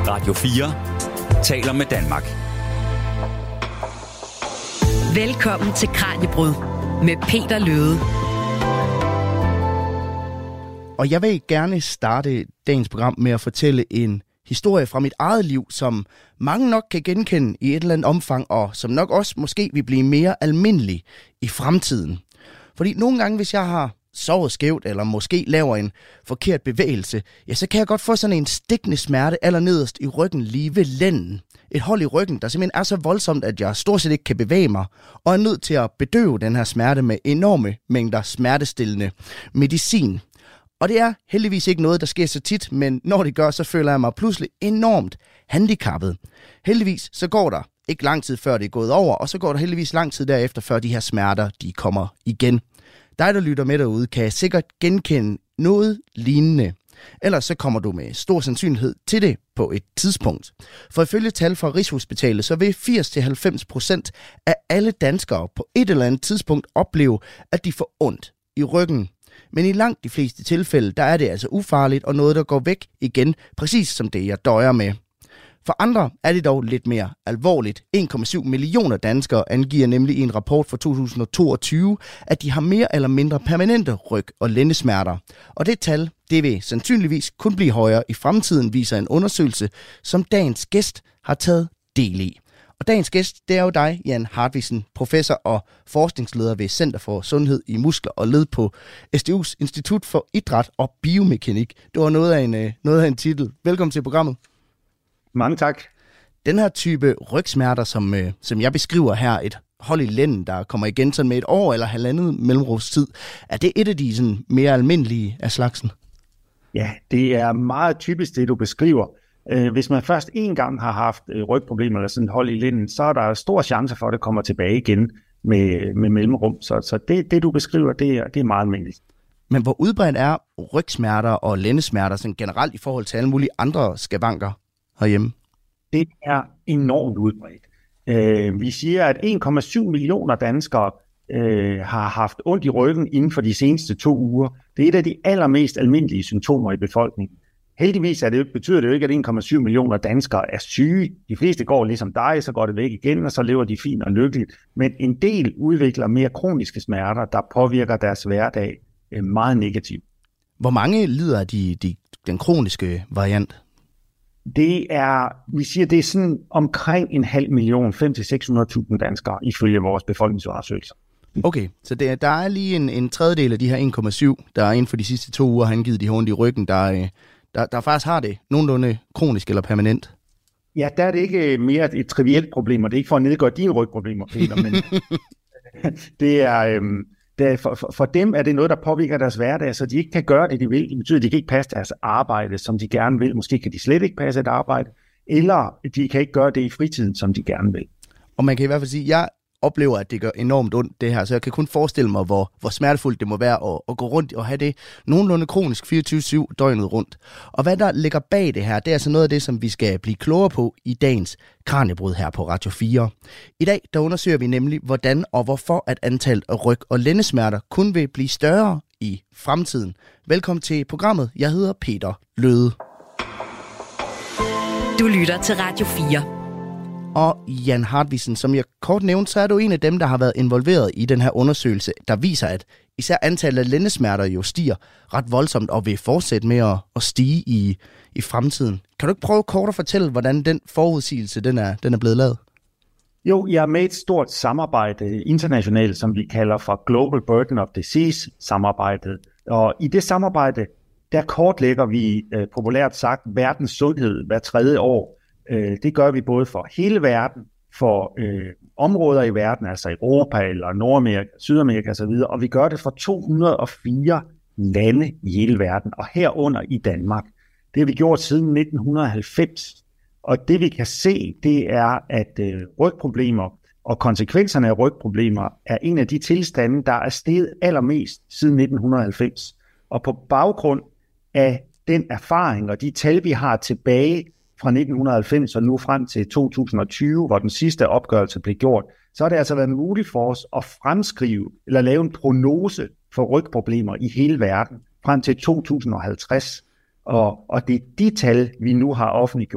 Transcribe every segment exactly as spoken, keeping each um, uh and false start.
Radio fire taler med Danmark. Velkommen til Kraniebrud med Peter Løde. Og jeg vil gerne starte dagens program med at fortælle en historie fra mit eget liv, som mange nok kan genkende i et eller andet omfang, og som nok også måske vil blive mere almindelig i fremtiden. Fordi nogle gange, hvis jeg har sovet skævt, eller måske laver en forkert bevægelse, ja, så kan jeg godt få sådan en stikkende smerte allernederst i ryggen lige ved lænden. Et hold i ryggen, der simpelthen er så voldsomt, at jeg stort set ikke kan bevæge mig, og er nødt til at bedøve den her smerte med enorme mængder smertestillende medicin. Og det er heldigvis ikke noget, der sker så tit, men når det gør, så føler jeg mig pludselig enormt handicappet. Heldigvis så går der ikke lang tid, før det er gået over, og så går der heldigvis lang tid derefter, før de her smerter, de kommer igen. Dig, der lytter med derude, kan sikkert genkende noget lignende. Ellers så kommer du med stor sandsynlighed til det på et tidspunkt. For ifølge tal fra Rigshospitalet, så vil firs til halvfems procent af alle danskere på et eller andet tidspunkt opleve, at de får ondt i ryggen. Men i langt de fleste tilfælde, der er det altså ufarligt og noget, der går væk igen, præcis som det, jeg døjer med. For andre er det dog lidt mere alvorligt. en komma syv millioner danskere angiver nemlig i en rapport fra to tusind og toogtyve, at de har mere eller mindre permanente ryg- og lændesmerter. Og det tal, det vil sandsynligvis kun blive højere i fremtiden, viser en undersøgelse, som dagens gæst har taget del i. Og dagens gæst, det er jo dig, Jan Hartvigsen, professor og forskningsleder ved Center for Sundhed i Muskler og Led på S D U's Institut for Idræt og Biomekanik. Det var noget af en, noget af en titel. Velkommen til programmet. Mange tak. Den her type rygsmerter, som, øh, som jeg beskriver her, et hold i lænden, der kommer igen sådan med et år eller halvandet mellemrumstid, er det et af de sådan, mere almindelige af slagsen? Ja, det er meget typisk det, du beskriver. Hvis man først en gang har haft rygproblemer eller sådan et hold i lænden, så er der stor chance for, at det kommer tilbage igen med, med mellemrum. Så, så det, det, du beskriver, det er, det er meget almindeligt. Men hvor udbredt er rygsmerter og lændesmerter sådan generelt i forhold til alle mulige andre skavanker herhjemme? Det er enormt udbredt. Øh, vi siger, at en komma syv millioner danskere øh, har haft ondt i ryggen inden for de seneste to uger. Det er et af de allermest almindelige symptomer i befolkningen. Heldigvis er det, betyder det jo ikke, at en komma syv millioner danskere er syge. De fleste går ligesom dig, så går det væk igen, og så lever de fint og lykkeligt. Men en del udvikler mere kroniske smerter, der påvirker deres hverdag øh, meget negativt. Hvor mange lider af de, de, den kroniske variant? Det er, vi siger, det er sådan omkring en halv million, fem til seks hundrede tusind danskere, ifølge vores befolkningsundersøgelser. Okay, så det, der er lige en, en tredjedel af de her en komma syv, der er inden for de sidste to uger har angivet de ondt i ryggen, der, der, der faktisk har det nogenlunde kronisk eller permanent. Ja, der er det ikke mere et trivielt problem, og det er ikke for at nedgøre dine rygproblemer, Peter, men det er... Øhm, Det for, for, for dem er det noget, der påvirker deres hverdag, så de ikke kan gøre det, de vil. Det betyder, at de kan ikke passe deres arbejde, som de gerne vil. Måske kan de slet ikke passe et arbejde, eller de kan ikke gøre det i fritiden, som de gerne vil. Og man kan i hvert fald sige, at jeg oplever, at det gør enormt ondt, det her. Så jeg kan kun forestille mig, hvor, hvor smertefuldt det må være at, at gå rundt og have det nogenlunde kronisk fireogtyve syv døgnet rundt. Og hvad der ligger bag det her, det er altså noget af det, som vi skal blive klogere på i dagens Kraniebrud her på Radio fire. I dag, der undersøger vi nemlig, hvordan og hvorfor at antallet af ryg- og lændesmerter kun vil blive større i fremtiden. Velkommen til programmet. Jeg hedder Peter Løde. Du lytter til Radio fire. Og Jan Hartvigsen, som jeg kort nævnte, så er du en af dem, der har været involveret i den her undersøgelse, der viser, at især antallet af lændesmerter jo stiger ret voldsomt og vil fortsætte med at, at stige i, i fremtiden. Kan du ikke prøve kort at fortælle, hvordan den forudsigelse den er, den er blevet lavet? Jo, jeg er med et stort samarbejde internationalt, som vi kalder for Global Burden of Disease-samarbejdet. Og i det samarbejde, der kortlægger vi øh, populært sagt verdens sundhed hver tredje år. Det gør vi både for hele verden, for øh, områder i verden, altså Europa eller Nordamerika, Sydamerika osv., og vi gør det for to hundrede og fire lande i hele verden, og herunder i Danmark. Det har vi gjort siden nitten halvfems, og det vi kan se, det er, at øh, rygproblemer og konsekvenserne af rygproblemer er en af de tilstande, der er steget allermest siden nitten halvfems. Og på baggrund af den erfaring og de tal, vi har tilbage fra nitten halvfems og nu frem til to tusind og tyve, hvor den sidste opgørelse blev gjort, så har det altså været muligt for os at fremskrive eller lave en prognose for rygproblemer i hele verden frem til to tusind og halvtreds. Og, og det er de tal, vi nu har offentliggjort.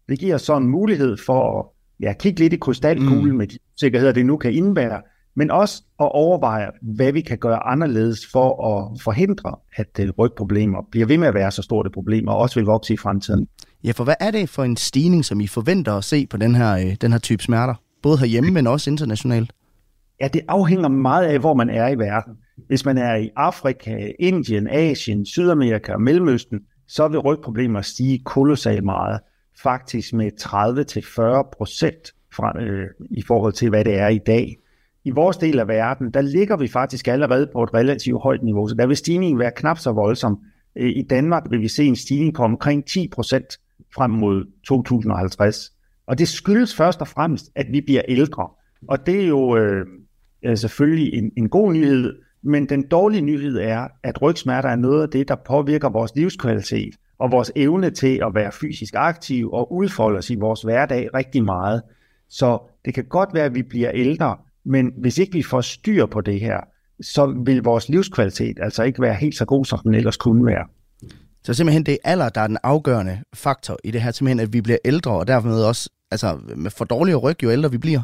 Det giver så en mulighed for at ja, kigge lidt i krystalkuglen mm. med de sikkerheder, det nu kan indebære, men også at overveje, hvad vi kan gøre anderledes for at forhindre, at rygproblemer bliver ved med at være så store problemer, og også vil vokse i fremtiden. Ja, for hvad er det for en stigning, som I forventer at se på den her, den her type smerter? Både herhjemme, men også internationalt? Ja, det afhænger meget af, hvor man er i verden. Hvis man er i Afrika, Indien, Asien, Sydamerika og Mellemøsten, så vil rygproblemer stige kolossalt meget. Faktisk med tredive til fyrre procent fra, øh, i forhold til, hvad det er i dag. I vores del af verden, der ligger vi faktisk allerede på et relativt højt niveau, så der vil stigningen være knap så voldsom. I Danmark vil vi se en stigning på omkring ti procent frem mod to tusind og halvtreds. Og det skyldes først og fremmest, at vi bliver ældre. Og det er jo øh, selvfølgelig en, en god nyhed, men den dårlige nyhed er, at rygsmerter er noget af det, der påvirker vores livskvalitet og vores evne til at være fysisk aktiv og udfolde os i vores hverdag rigtig meget. Så det kan godt være, at vi bliver ældre, men hvis ikke vi får styr på det her, så vil vores livskvalitet altså ikke være helt så god, som den ellers kunne være. Så simpelthen det er alder, der er den afgørende faktor i det her, simpelthen at vi bliver ældre, og dermed også altså, med for dårligere ryg, jo ældre vi bliver?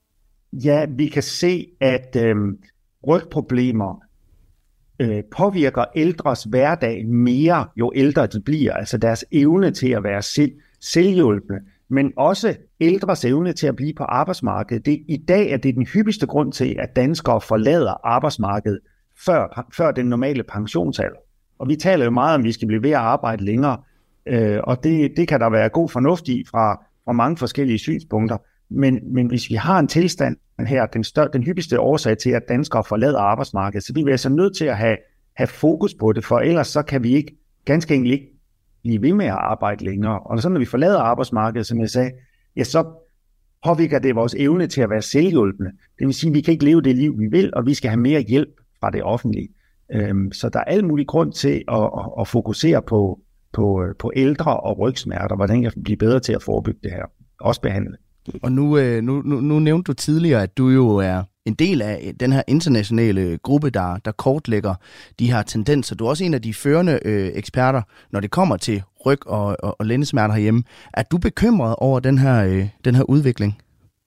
Ja, vi kan se, at øh, rygproblemer øh, påvirker ældres hverdag mere, jo ældre de bliver. Altså deres evne til at være selv, selvhjulpende, men også ældres evne til at blive på arbejdsmarkedet. Det, I dag er det den hyppigste grund til, at danskere forlader arbejdsmarkedet før, før den normale pensionsalder. Og vi taler jo meget om, at vi skal blive ved at arbejde længere, øh, og det, det kan der være god fornuft i fra, fra mange forskellige synspunkter. Men, men hvis vi har en tilstand her, den, stør, den hyppigste årsag til, at danskere forlader arbejdsmarkedet, så bliver vi altså nødt til at have, have fokus på det, for ellers så kan vi ikke, ganske enkelt ikke blive ved med at arbejde længere. Og så når vi forlader arbejdsmarkedet, som jeg sagde, ja, så påvirker det vores evne til at være selvhjulpende. Det vil sige, at vi kan ikke leve det liv, vi vil, og vi skal have mere hjælp fra det offentlige. Øhm, så der er al mulig grund til at, at, at fokusere på, på, på ældre og rygsmerter, hvordan jeg kan blive bedre til at forebygge det her, også behandle. Og nu, nu, nu, nu nævnte du tidligere, at du jo er en del af den her internationale gruppe, der, der kortlægger de her tendenser. Du er også en af de førende øh, eksperter, når det kommer til ryg- og, og, og lændesmerter herhjemme. Er du bekymret over den her, øh, den her udvikling?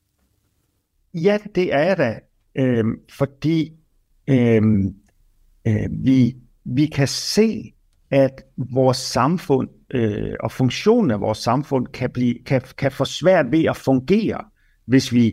Ja, det er jeg da, øh, fordi øh, øh, vi, vi kan se, at vores samfund øh, og funktionen af vores samfund kan, blive, kan, kan få svært ved at fungere, hvis vi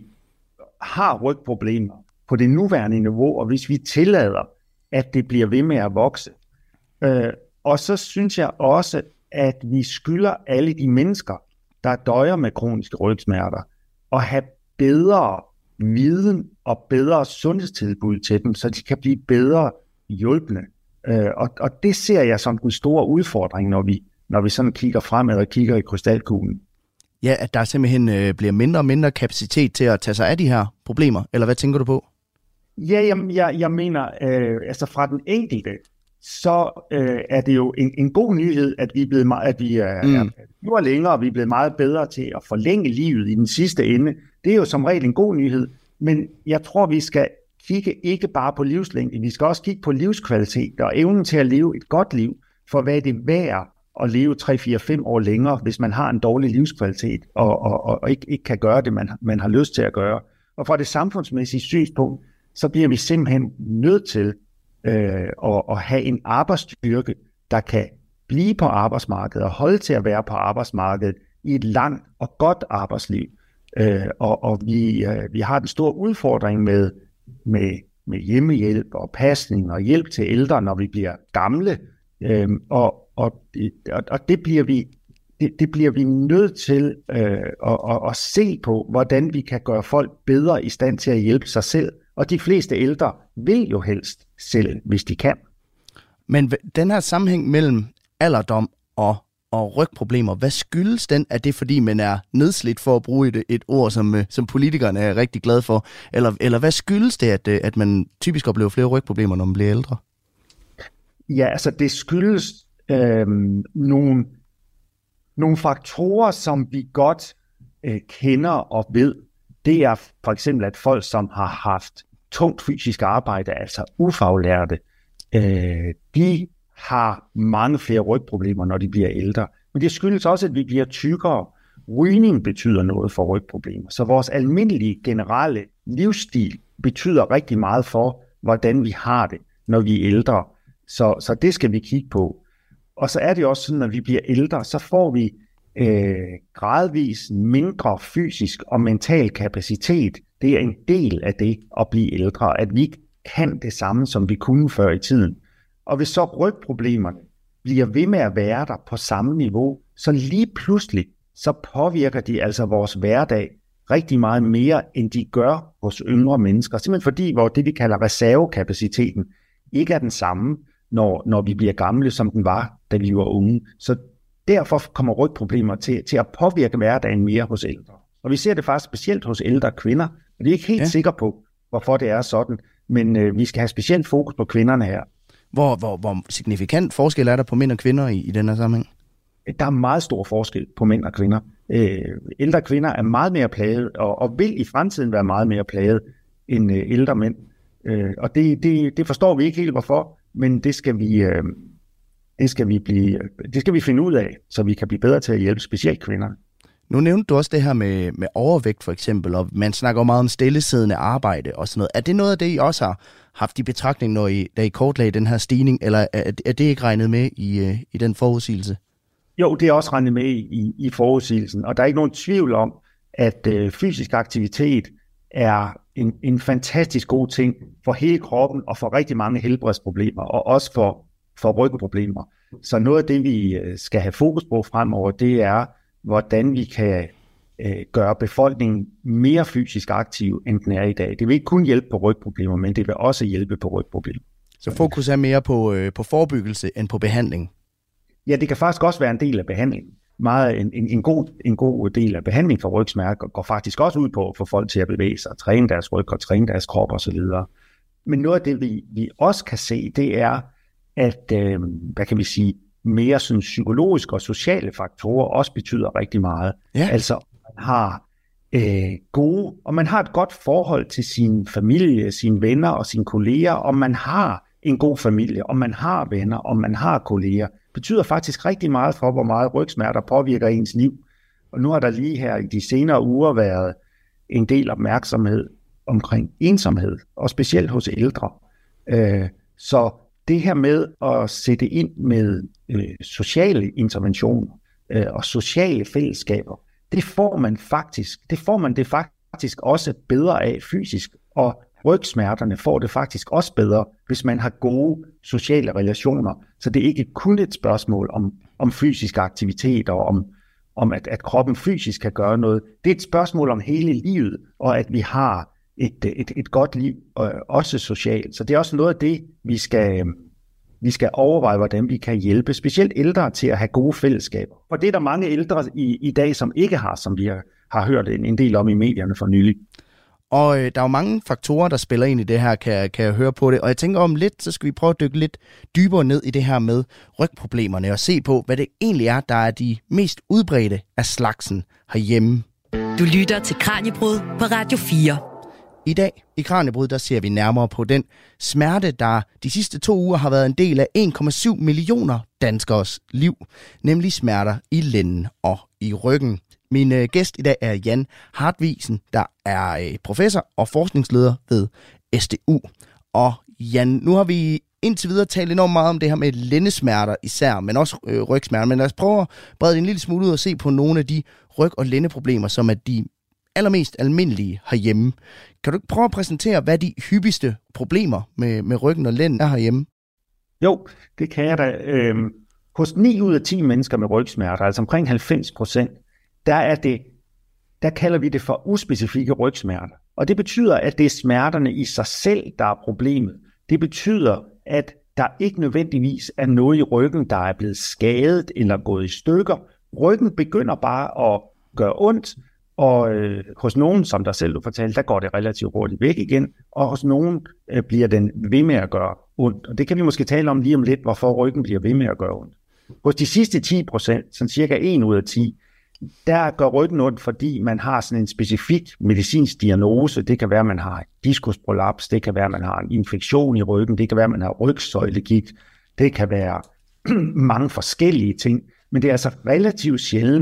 har rygproblemer på det nuværende niveau, og hvis vi tillader, at det bliver ved med at vokse. Øh, og så synes jeg også, at vi skylder alle de mennesker, der døjer med kroniske rygsmerter, at have bedre viden og bedre sundhedstilbud til dem, så de kan blive bedre hjulpende. Øh, og, og det ser jeg som den store udfordring, når vi, når vi sådan kigger fremad og kigger i krystalkuglen. Ja, at der simpelthen øh, bliver mindre og mindre kapacitet til at tage sig af de her problemer, eller hvad tænker du på? Ja, jeg, jeg, jeg mener, øh, altså fra den enkelte, så øh, er det jo en, en god nyhed, at vi er blevet meget, at vi er, mm. er, er længere, og vi er blevet meget bedre til at forlænge livet i den sidste ende. Det er jo som regel en god nyhed, men jeg tror, vi skal kigge ikke bare på livslængde, vi skal også kigge på livskvalitet og evnen til at leve et godt liv, for hvad det er værd at leve tre, fire, fem år længere, hvis man har en dårlig livskvalitet og, og, og, og ikke, ikke kan gøre det, man, man har lyst til at gøre. Og fra det samfundsmæssige synspunkt, så bliver vi simpelthen nødt til øh, at, at have en arbejdsstyrke, der kan blive på arbejdsmarkedet og holde til at være på arbejdsmarkedet i et langt og godt arbejdsliv. Øh, og og vi, øh, vi har en stor udfordring med, med, med hjemmehjælp og pasning og hjælp til ældre, når vi bliver gamle. Øh, og, og, og, og det bliver vi Det, det bliver vi nødt til øh, at, at, at se på, hvordan vi kan gøre folk bedre i stand til at hjælpe sig selv. Og de fleste ældre vil jo helst selv, hvis de kan. Men den her sammenhæng mellem alderdom og, og rygproblemer, hvad skyldes den? Er det fordi, man er nedslidt, for at bruge et, et ord, som, som politikerne er rigtig glade for? Eller, eller hvad skyldes det, at, at man typisk oplever flere rygproblemer, når man bliver ældre? Ja, altså det skyldes øh, nogle... Nogle faktorer, som vi godt øh, kender og ved, det er for eksempel, at folk, som har haft tungt fysisk arbejde, altså ufaglærte, øh, de har mange flere rygproblemer, når de bliver ældre. Men det skyldes også, at vi bliver tykkere, rygning betyder noget for rygproblemer. Så vores almindelige generelle livsstil betyder rigtig meget for, hvordan vi har det, når vi er ældre. Så, så det skal vi kigge på. Og så er det også sådan, at når vi bliver ældre, så får vi øh, gradvis mindre fysisk og mental kapacitet. Det er en del af det at blive ældre, at vi ikke kan det samme, som vi kunne før i tiden. Og hvis så rygproblemerne bliver ved med at være der på samme niveau, så lige pludselig, så påvirker de altså vores hverdag rigtig meget mere, end de gør hos yngre mennesker. Simpelthen fordi, hvor det vi kalder reservekapaciteten ikke er den samme, når, når vi bliver gamle, som den var, da vi var unge. Så derfor kommer rygproblemer til, til at påvirke hverdagen mere hos ældre. Og vi ser det faktisk specielt hos ældre kvinder, og det er ikke helt ja. sikre på, hvorfor det er sådan, men øh, vi skal have specielt fokus på kvinderne her. Hvor, hvor, hvor signifikant forskel er der på mænd og kvinder i, i den her sammenhæng? Der er meget stor forskel på mænd og kvinder. Øh, ældre kvinder er meget mere plaget, og, og vil i fremtiden være meget mere plaget end øh, ældre mænd. Øh, og det, det, det forstår vi ikke helt hvorfor, men det skal vi, øh, det skal vi blive, det skal vi finde ud af, så vi kan blive bedre til at hjælpe specielt kvinderne. Nu nævnte du også det her med, med overvægt for eksempel, og man snakker jo meget om stillesiddende arbejde og sådan noget. Er det noget af det, I også har haft i betragtning, når I, da I kortlagde den her stigning, eller er, er det ikke regnet med i, i den forudsigelse? Jo, det er også regnet med i, i forudsigelsen, og der er ikke nogen tvivl om, at øh, fysisk aktivitet er en, en fantastisk god ting for hele kroppen og for rigtig mange helbredsproblemer, og også for, for rygproblemer. Så noget af det, vi skal have fokus på fremover, det er, hvordan vi kan øh, gøre befolkningen mere fysisk aktiv, end den er i dag. Det vil ikke kun hjælpe på rygproblemer, men det vil også hjælpe på rygproblemer. Så fokus er mere på, øh, på forebyggelse end på behandling? Ja, det kan faktisk også være en del af behandlingen. Meget en, en, en, god, en god del af behandling for rygsmerter går faktisk også ud på at få folk til at bevæge sig, træne deres ryg og træne deres krop osv. Men noget af det, vi, vi også kan se, det er, at øh, hvad kan vi sige, mere sådan psykologiske og sociale faktorer også betyder rigtig meget. Ja. Altså, man har øh, gode, og man har et godt forhold til sin familie, sine venner og sine kolleger, og man har en god familie, og man har venner, og man har kolleger, betyder faktisk rigtig meget for, hvor meget rygsmerter påvirker ens liv. Og nu har der lige her i de senere uger været en del opmærksomhed omkring ensomhed, og specielt hos ældre. Øh, så det her med at sætte ind med øh, sociale interventioner øh, og sociale fællesskaber, det får man faktisk, det får man det faktisk også bedre af fysisk, og rygsmerterne får det faktisk også bedre, hvis man har gode sociale relationer. Så det er ikke kun et spørgsmål om, om fysisk aktivitet og om, om at, at kroppen fysisk kan gøre noget. Det er et spørgsmål om hele livet, og at vi har et, et, et godt liv, øh, også socialt. Så det er også noget af det, vi skal, vi skal overveje, hvordan vi kan hjælpe specielt ældre til at have gode fællesskaber. For det er der mange ældre i, i dag, som ikke har, som vi har, har hørt en, en del om i medierne for nylig. Og øh, der er jo mange faktorer, der spiller ind i det her, kan, kan jeg høre på det. Og jeg tænker om lidt, så skal vi prøve at dykke lidt dybere ned i det her med rygproblemerne og se på, hvad det egentlig er, der er de mest udbredte af slagsen herhjemme. Du lytter til Kraniebrud på Radio fire. I dag i Kraniebrud, der ser vi nærmere på den smerte, der de sidste to uger har været en del af en komma syv millioner danskers liv, nemlig smerter i lænden og i ryggen. Min øh, gæst i dag er Jan Hartvigsen, der er øh, professor og forskningsleder ved S D U. Og Jan, nu har vi indtil videre talt enormt meget om det her med lændesmerter især, men også øh, rygsmerter. Men lad os prøve at brede det en lille smule ud og se på nogle af de ryg- og lændeproblemer, som er de allermest almindelige herhjemme. Kan du ikke prøve at præsentere, hvad de hyppigste problemer med, med ryggen og lænden er herhjemme? Jo, det kan jeg da. Øhm, hos ni ud af ti mennesker med rygsmerter, altså omkring halvfems procent, der er det, der kalder vi det for uspecifikke rygsmerter. Og det betyder, at det er smerterne i sig selv, der er problemet. Det betyder, at der ikke nødvendigvis er noget i ryggen, der er blevet skadet eller gået i stykker. Ryggen begynder bare at gøre ondt, og øh, hos nogen, som der selv du fortalte, der går det relativt hurtigt væk igen, og hos nogen øh, bliver den ved med at gøre ondt. Og det kan vi måske tale om lige om lidt, hvorfor ryggen bliver ved med at gøre ondt. Hos de sidste ti procent, sådan cirka en ud af ti, der gør ryggen ondt, fordi man har sådan en specifik medicinsk diagnose. Det kan være, at man har diskusprolaps, det kan være, at man har en infektion i ryggen, det kan være, at man har rygsøjlegigt, det kan være mange forskellige ting, men det er altså relativt sjældent,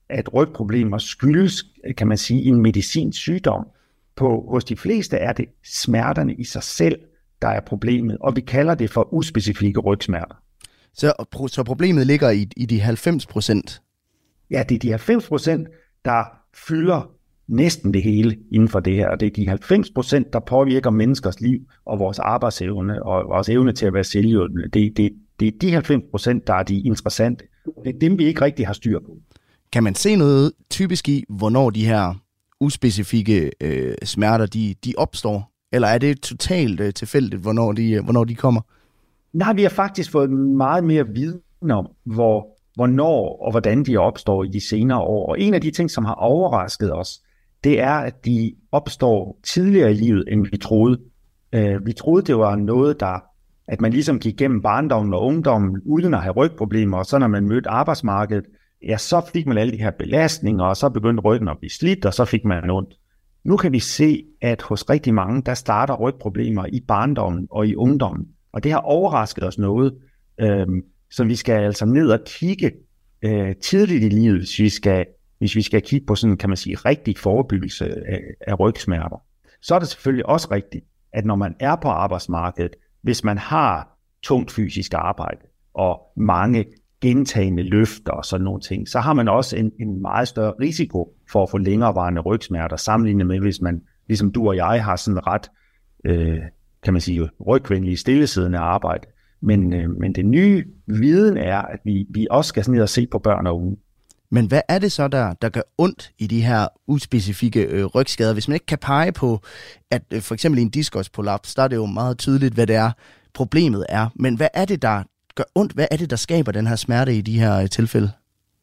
at rygproblemer skyldes, kan man sige, en medicinsk sygdom. På, hos de fleste er det smerterne i sig selv, der er problemet, og vi kalder det for uspecifikke rygsmerter. Så, så problemet ligger i, i de halvfems procent? Ja, det er de halvfems procent, der fylder næsten det hele inden for det her, og det er de halvfems procent, der påvirker menneskers liv og vores arbejdsevne og vores evne til at være selvhjulpende. Det, det, det er de halvfems procent, der er de interessante. Det er dem, vi ikke rigtig har styr på. Kan man se noget typisk i, hvornår de her uspecifikke øh, smerter, de, de opstår? Eller er det totalt øh, tilfældigt, hvornår de, hvornår de kommer? Nej, vi har faktisk fået meget mere viden om, hvor, hvornår og hvordan de opstår i de senere år. Og en af de ting, som har overrasket os, det er, at de opstår tidligere i livet, end vi troede. Uh, vi troede, det var noget, der, at man ligesom gik gennem barndommen og ungdommen, uden at have rygproblemer, og så når man mødte arbejdsmarkedet, ja, så fik man alle de her belastninger, og så begyndte ryggen at blive slidt, og så fik man ondt. Nu kan vi se, at hos rigtig mange, der starter rygproblemer i barndommen og i ungdommen. Og det har overrasket os noget, øh, så vi skal altså ned og kigge øh, tidligt i livet, hvis vi skal, hvis vi skal kigge på sådan, kan man sige, rigtig forebyggelse af, af rygsmerter. Så er det selvfølgelig også rigtigt, at når man er på arbejdsmarkedet, hvis man har tungt fysisk arbejde og mange gentagende løfter og sådan nogle ting, så har man også en, en meget større risiko for at få længerevarende rygsmerter, sammenlignet med, hvis man, ligesom du og jeg, har sådan ret, øh, kan man sige, rygvenlige, stillesiddende arbejde. Men, øh, men det nye viden er, at vi, vi også skal ned og se på børn og unge. Men hvad er det så, der, der gør ondt i de her uspecifikke øh, rygskader? Hvis man ikke kan pege på, at øh, for eksempel en diskusprolaps, der er det jo meget tydeligt, hvad det er, problemet er. Men hvad er det, der gør ondt? Hvad er det, der skaber den her smerte i de her øh, tilfælde?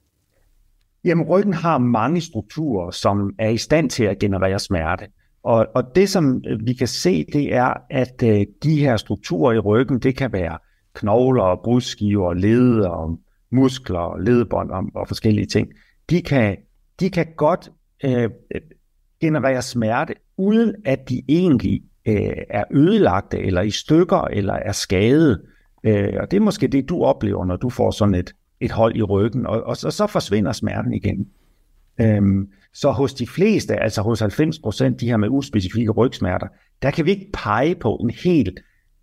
Jamen, ryggen har mange strukturer, som er i stand til at generere smerte. Og, og det, som vi kan se, det er, at øh, de her strukturer i ryggen, det kan være knogler, brudskiver, led og muskler, ledbånd og, og forskellige ting. De kan, de kan godt øh, generere smerte, uden at de egentlig øh, er ødelagte, eller i stykker, eller er skadet. Øh, og det er måske det, du oplever, når du får sådan et, et hold i ryggen, og, og så, så forsvinder smerten igen. Øhm, så hos de fleste, altså hos halvfems procent, de her med uspecifikke rygsmerter, der kan vi ikke pege på en helt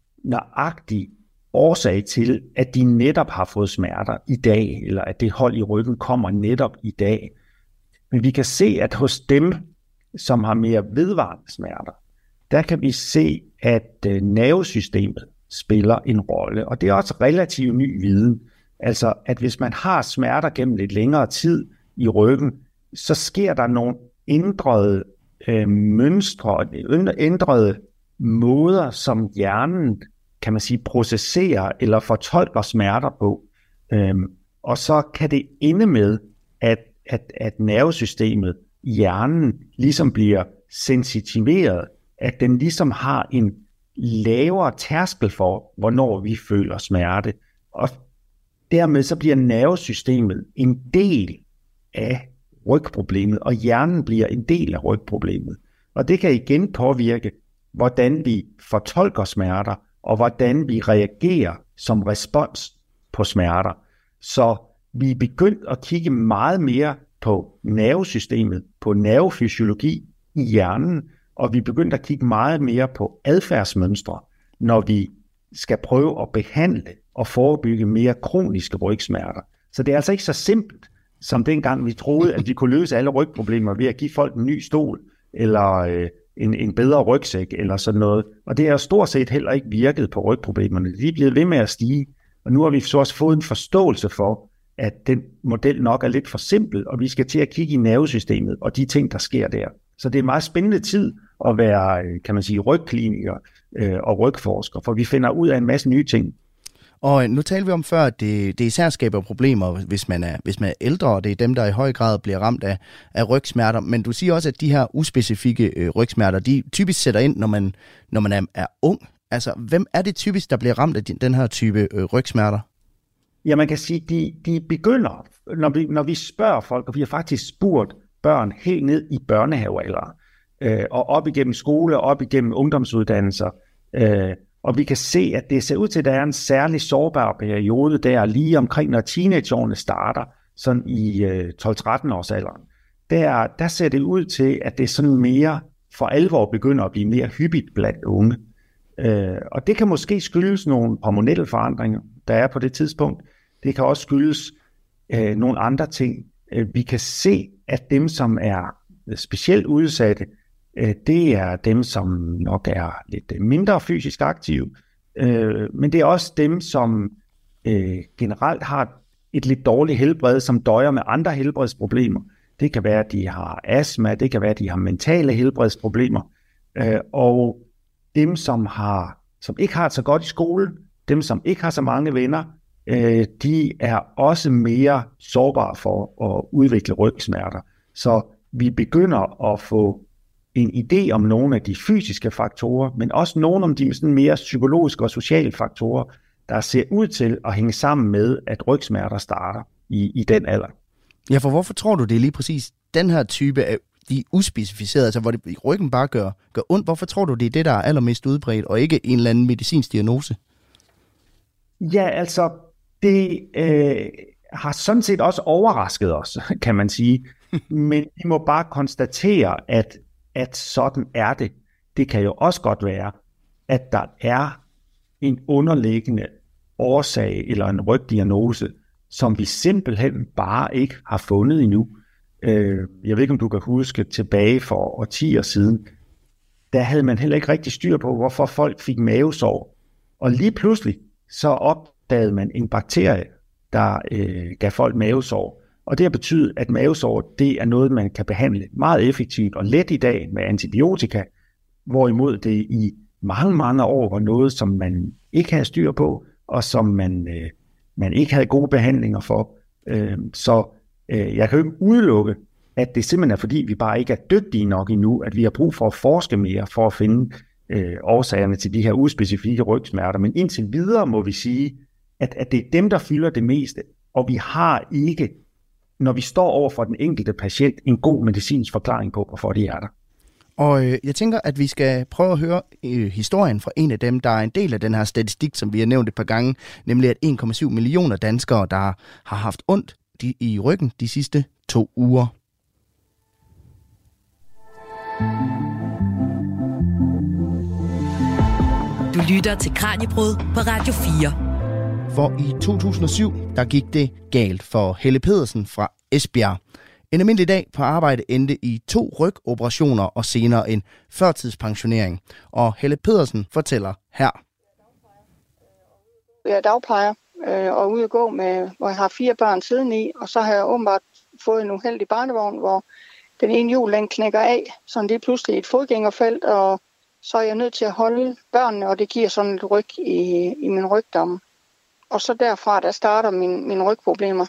nøjagtig årsag til, at de netop har fået smerter i dag, eller at det hold i ryggen kommer netop i dag. Men vi kan se, at hos dem, som har mere vedvarende smerter, der kan vi se, at øh, nervesystemet spiller en rolle, og det er også relativt ny viden. Altså, at hvis man har smerter gennem lidt længere tid i ryggen, så sker der nogle ændrede øh, mønstre, ændrede måder, som hjernen, kan man sige, processerer eller fortolker smerter på. Øhm, og så kan det ende med, at, at, at nervesystemet, hjernen, ligesom bliver sensitiveret, at den ligesom har en lavere tærskel for, hvornår vi føler smerte. Og dermed så bliver nervesystemet en del af rygproblemet, og hjernen bliver en del af rygproblemet. Og det kan igen påvirke, hvordan vi fortolker smerter, og hvordan vi reagerer som respons på smerter. Så vi er begyndt at kigge meget mere på nervesystemet, på nervefysiologi i hjernen, og vi er begyndt at kigge meget mere på adfærdsmønstre, når vi skal prøve at behandle og forebygge mere kroniske rygsmerter. Så det er altså ikke så simpelt, som dengang vi troede, at vi kunne løse alle rygproblemer ved at give folk en ny stol, eller øh, en, en bedre rygsæk, eller sådan noget. Og det har stort set heller ikke virket på rygproblemerne. De er blevet ved med at stige, og nu har vi så også fået en forståelse for, at den model nok er lidt for simpel, og vi skal til at kigge i nervesystemet og de ting, der sker der. Så det er en meget spændende tid at være, kan man sige, rygkliniker øh, og rygforsker, for vi finder ud af en masse nye ting. Og nu talte vi om før, at det, det især skaber problemer, hvis man, er, hvis man er ældre, og det er dem, der i høj grad bliver ramt af, af rygsmerter. Men du siger også, at de her uspecifikke øh, rygsmerter, de typisk sætter ind, når man, når man er, er ung. Altså, hvem er det typisk, der bliver ramt af den her type øh, rygsmerter? Ja, man kan sige, de, de begynder, når vi, når vi spørger folk, og vi har faktisk spurgt børn helt ned i børnehavealderen, øh, og op igennem skole og op igennem ungdomsuddannelser, øh, og vi kan se, at det ser ud til, at der er en særlig sårbar periode der, lige omkring når teenageårene starter, sådan i øh, tolv-tretten års alderen, der, der ser det ud til, at det sådan mere for alvor begynder at blive mere hyppigt blandt unge. Øh, og det kan måske skyldes nogle hormonelle forandringer, der er på det tidspunkt. Det kan også skyldes øh, nogle andre ting. Øh, vi kan se, at dem, som er specielt udsatte, øh, det er dem, som nok er lidt mindre fysisk aktive, øh, men det er også dem, som øh, generelt har et lidt dårligt helbred, som døjer med andre helbredsproblemer. Det kan være, at de har astma, det kan være, at de har mentale helbredsproblemer, øh, og dem, som, har, som ikke har det så godt i skole, dem, som ikke har så mange venner, øh, de er også mere sårbare for at udvikle rygsmerter. Så vi begynder at få en idé om nogle af de fysiske faktorer, men også nogle om de sådan mere psykologiske og sociale faktorer, der ser ud til at hænge sammen med, at rygsmerter starter i, i den alder. Ja, for hvorfor tror du, det er lige præcis den her type af de uspecificerede, altså hvor det i ryggen bare gør, gør ondt? Hvorfor tror du, det er det, der er allermest udbredt, og ikke en eller anden medicinsk diagnose? Ja, altså, det øh, har sådan set også overrasket os, kan man sige. Men vi må bare konstatere, at, at sådan er det. Det kan jo også godt være, at der er en underliggende årsag eller en rygdiagnose, som vi simpelthen bare ikke har fundet endnu. Jeg ved ikke, om du kan huske tilbage for årtier siden, der havde man heller ikke rigtig styr på, hvorfor folk fik mavesår. Og lige pludselig så opdagede man en bakterie, der øh, gav folk mavesår. Og det har betydet, at mavesår, det er noget, man kan behandle meget effektivt og let i dag med antibiotika, hvorimod det i mange, mange år var noget, som man ikke havde styr på, og som man, øh, man ikke havde gode behandlinger for. Øh, så øh, jeg kan jo ikke udelukke, at det simpelthen er fordi, vi bare ikke er dygtige nok endnu, at vi har brug for at forske mere, for at finde øh, årsagerne til de her uspecifikke rygsmerter. Men indtil videre må vi sige, at, at det er dem, der fylder det meste, og vi har ikke, når vi står over for den enkelte patient, en god medicinsk forklaring på, hvorfor de er der. Og øh, jeg tænker, at vi skal prøve at høre øh, historien fra en af dem, der er en del af den her statistik, som vi har nævnt et par gange, nemlig at en komma syv millioner danskere, der har haft ondt de, i ryggen de sidste to uger. Du lytter til Kraniebrud på Radio fire. For i to tusind og syv, der gik det galt for Helle Pedersen fra Esbjerg. En almindelig dag på arbejde endte i to rygoperationer og senere en førtidspensionering. Og Helle Pedersen fortæller her. Jeg er dagplejer øh, og ude at gå med, hvor jeg har fire børn siden i, og så har jeg åbenbart fået en uheldig barnevogn, hvor den ene hjul den knækker af, så det er pludselig et fodgængerfelt, og så er jeg nødt til at holde børnene, og det giver sådan et ryg i, i min rygdomme. Og så derfra, der starter min, mine rygproblemer,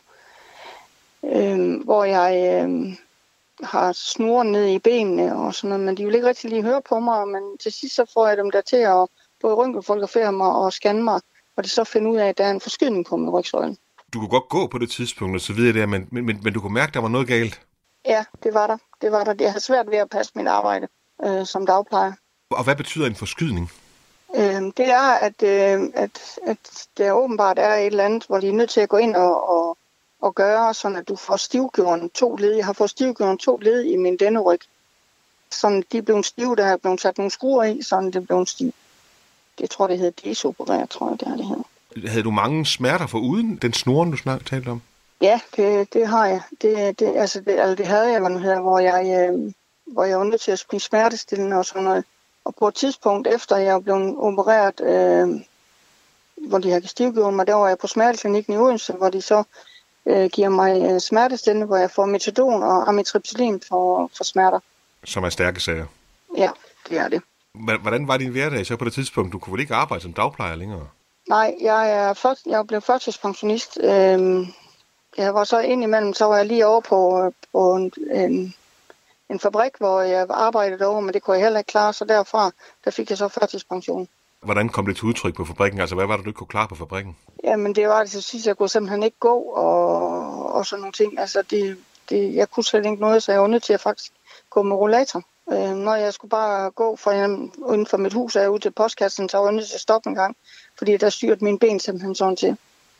øh, hvor jeg øh, har snore ned i benene og sådan noget, men de vil ikke rigtig lige høre på mig, men til sidst så får jeg dem der til at både røntgenfotografere mig og scanne mig, og det så finder ud af, at der er en forskydning på min rygsøjle. Du kunne godt gå på det tidspunkt og så videre der, men, men, men du kunne mærke, at der var noget galt? Ja, det var der. Det var der. Jeg havde svært ved at passe mit arbejde øh, som dagplejer. Og hvad betyder en forskydning? Øh, det er, at, øh, at, at der åbenbart er et eller andet, hvor de er nødt til at gå ind og, og, og gøre, sådan at du får stivgjorten to led. Jeg har fået stivgjorten to led i min denneryg. Sådan, de er blevet stive, der er blevet sat nogle skruer i, sådan det er blevet stiv. Det tror det hedder desopereret, tror jeg, det er det hedder. Havde du mange smerter for uden den snoren, du snart talte om? Ja, det, det har jeg. Det, det, altså det, altså det havde jeg, hvad nu hedder, hvor jeg, øh, hvor jeg var nødt til at spise smertestillende og sådan noget. Og på et tidspunkt efter jeg blev opereret, øh, hvor de har stivgjort mig, der var jeg på smerteklinikken i Odense, hvor de så øh, giver mig øh, smertestillende, hvor jeg får metadon og amitriptylin for, for smerter. Som er stærke sager? Ja, det er det. Hvordan var din hverdag så på det tidspunkt? Du kunne vel ikke arbejde som dagplejer længere? Nej, jeg er, først, jeg blev førtidspensionist. Øh, jeg var så indimellem, så var jeg lige over på, på en, en en fabrik, hvor jeg arbejdede over, men det kunne jeg heller ikke klare, så derfra, der fik jeg så førtidspension. Hvordan kom det til udtryk på fabrikken? Altså, hvad var det, du ikke kunne klare på fabrikken? Jamen, det var det til sidst, jeg kunne simpelthen ikke gå, og, og sådan nogle ting. Altså, det, det, jeg kunne slet ikke noget, så jeg var nødt til at faktisk gå med rollator. Øh, når jeg skulle bare gå fra uden for mit hus og ud til postkassen, så var jeg nødt til at stoppe en gang, fordi der styrte mine ben simpelthen sådan til.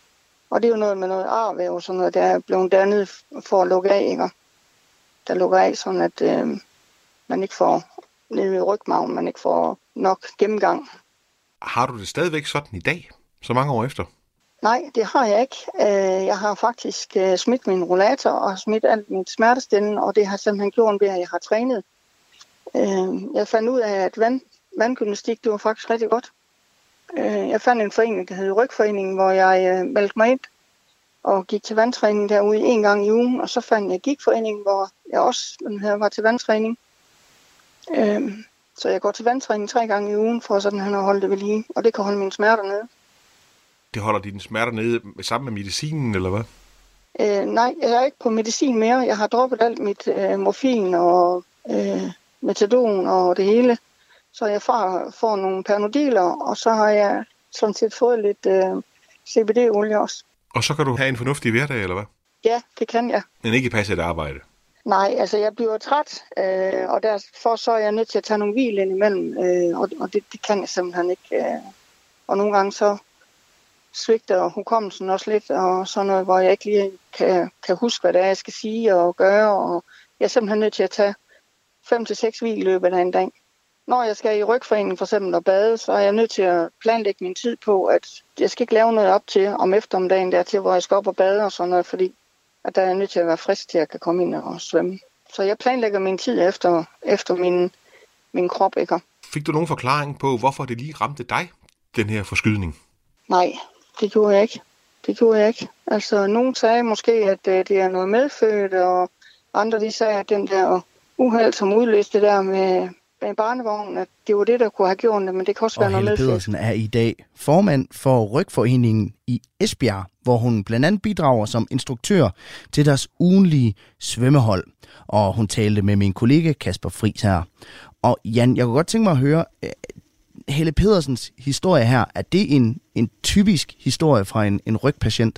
Og det er jo noget med noget arvæv, sådan noget, der er blevet dannet for at lukke af, ikke? Der lukker af, sådan at øh, man ikke får nede i rygmarven, man ikke får nok gennemgang. Har du det stadigvæk sådan i dag, så mange år efter? Nej, det har jeg ikke. Jeg har faktisk smidt min rollator og smidt alt mit smertestillende, og det har simpelthen gjort ved, at jeg har trænet. Jeg fandt ud af, at vand, vandgymnastik, det var faktisk rigtig godt. Jeg fandt en forening, der hed Rygforeningen, hvor jeg meldte mig ind og gik til vandtræning derude en gang i ugen, og så fandt jeg gigforeningen, hvor jeg også var til vandtræning. Så jeg går til vandtræning tre gange i ugen, for sådan at holde det ved lige, og det kan holde mine smerter nede. Det holder dine smerter nede sammen med medicinen, eller hvad? Øh, nej, jeg er ikke på medicin mere. Jeg har droppet alt mit øh, morfin og øh, metadon og det hele. Så jeg får, får nogle Panodiler, og så har jeg sådan set fået lidt øh, C B D-olie også. Og så kan du have en fornuftig hverdag, eller hvad? Ja, det kan jeg. Men ikke passe et arbejde? Nej, altså jeg bliver træt, øh, og derfor så er jeg nødt til at tage nogle hvil ind imellem, øh, og, og det, det kan jeg simpelthen ikke. Øh. Og nogle gange så svigter hukommelsen også lidt, og sådan noget, hvor jeg ikke lige kan, kan huske, hvad det er, jeg skal sige og gøre, og jeg er simpelthen nødt til at tage fem til seks hvil i løbet af en dag. Når jeg skal i Rygforeningen for eksempel og bade, så er jeg nødt til at planlægge min tid på, at jeg skal ikke lave noget op til om eftermiddagen der til, hvor jeg skal op og bade og sådan noget, fordi at der er jeg nødt til at være frisk til, at jeg kan komme ind og svømme. Så jeg planlægger min tid efter, efter min, min krop, ikke? Fik du nogen forklaring på, hvorfor det lige ramte dig, den her forskydning? Nej, det gjorde jeg ikke. Det gjorde jeg ikke. Altså, nogen sagde måske, at det er noget medfødt, og andre de sagde, at den der uheld, som udløste det der med, med barnevognen, at det var det, der kunne have gjort det, men det kan også og være noget medfødt. Og Helle Pedersen er i dag formand for Rygforeningen i Esbjerg, hvor hun blandt andet bidrager som instruktør til deres ugenlige svømmehold. Og hun talte med min kollega Kasper Friis her. Og Jan, jeg kunne godt tænke mig at høre, Helle Pedersens historie her, er det en, en typisk historie fra en, en rygpatient?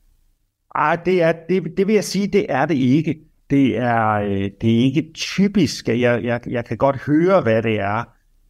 Ej, det, er, det, det vil jeg sige, det er det ikke. Det er, det er ikke typisk. Jeg, jeg, jeg kan godt høre, hvad det er,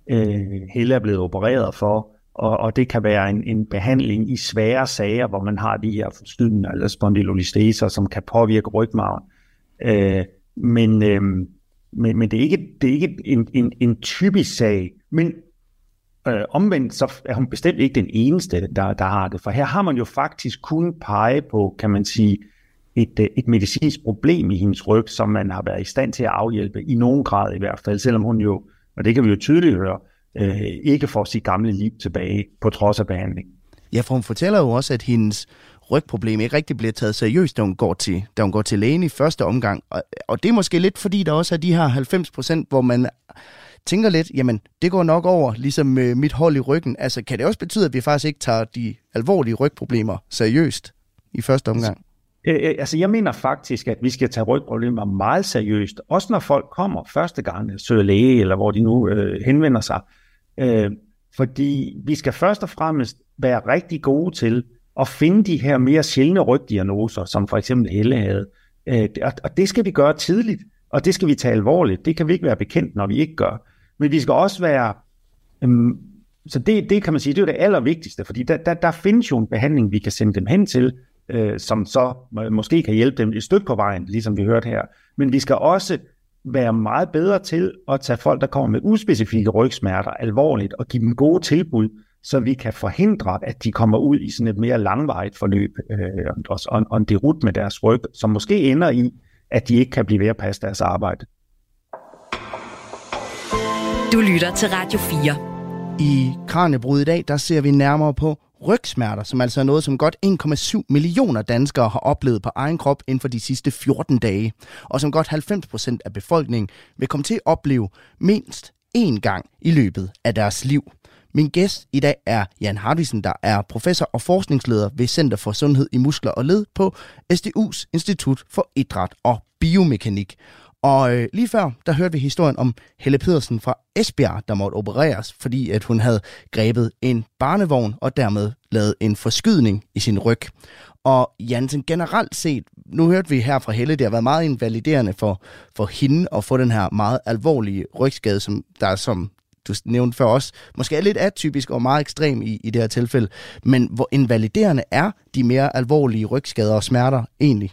Helle er blevet opereret for. Og, og det kan være en, en behandling i svære sager, hvor man har de her forstyrrelser eller spondylolistheser, som kan påvirke rygmarven. Øh, men, øh, men, men det er ikke, det er ikke en, en, en typisk sag. Men øh, omvendt så er hun bestemt ikke den eneste, der, der har det. For her har man jo faktisk kun pege på, kan man sige, et, et medicinsk problem i hendes ryg, som man har været i stand til at afhjælpe, i nogen grad i hvert fald, selvom hun jo, og det kan vi jo tydeligt høre, øh, ikke får sit gamle liv tilbage, på trods af behandling. Ja, for hun fortæller jo også, at hendes rygproblem ikke rigtig bliver taget seriøst, da hun går til, da hun går til lægen i første omgang. Og, og det er måske lidt, fordi der også er de her halvfems procent, hvor man tænker lidt, jamen, det går nok over, ligesom øh, mit hold i ryggen. Altså, kan det også betyde, at vi faktisk ikke tager de alvorlige rygproblemer seriøst i første omgang? Øh, altså, jeg mener faktisk, at vi skal tage rygproblemer meget seriøst. Også når folk kommer første gang, søger læge, eller hvor de nu øh, henvender sig. Øh, fordi vi skal først og fremmest være rigtig gode til at finde de her mere sjældne rygdiagnoser, som for eksempel Helle havde. Øh, og det skal vi gøre tidligt, og det skal vi tage alvorligt. Det kan vi ikke være bekendt, når vi ikke gør. Men vi skal også være... Øhm, så det, det kan man sige, det er jo det allervigtigste, fordi der, der, der findes jo en behandling, vi kan sende dem hen til, øh, som så måske kan hjælpe dem et stykke på vejen, ligesom vi hørte her. Men vi skal også være meget bedre til at tage folk, der kommer med uspecifikke rygsmerter, alvorligt, og give dem gode tilbud, så vi kan forhindre, at de kommer ud i sådan et mere langvarigt forløb, øh, og, og, og en derut med deres ryg, som måske ender i, at de ikke kan blive ved at passe deres arbejde. Du lytter til Radio fire. I Kraniebrud i dag, der ser vi nærmere på rygsmerter, som altså er noget, som godt en komma syv millioner danskere har oplevet på egen krop inden for de sidste fjorten dage, og som godt halvfems procent af befolkningen vil komme til at opleve mindst én gang i løbet af deres liv. Min gæst i dag er Jan Hartvigsen, der er professor og forskningsleder ved Center for Sundhed i Muskler og Led på S D U's Institut for Idræt og Biomekanik. Og øh, lige før, der hørte vi historien om Helle Pedersen fra Esbjerg, der måtte opereres, fordi at hun havde grebet en barnevogn og dermed lavet en forskydning i sin ryg. Og Jansen, generelt set, nu hørte vi her fra Helle, det har været meget invaliderende for, for hende at få den her meget alvorlige rygskade, som der som du nævnte før også, måske er lidt atypisk og meget ekstrem i, i det her tilfælde, men hvor invaliderende er de mere alvorlige rygskader og smerter egentlig?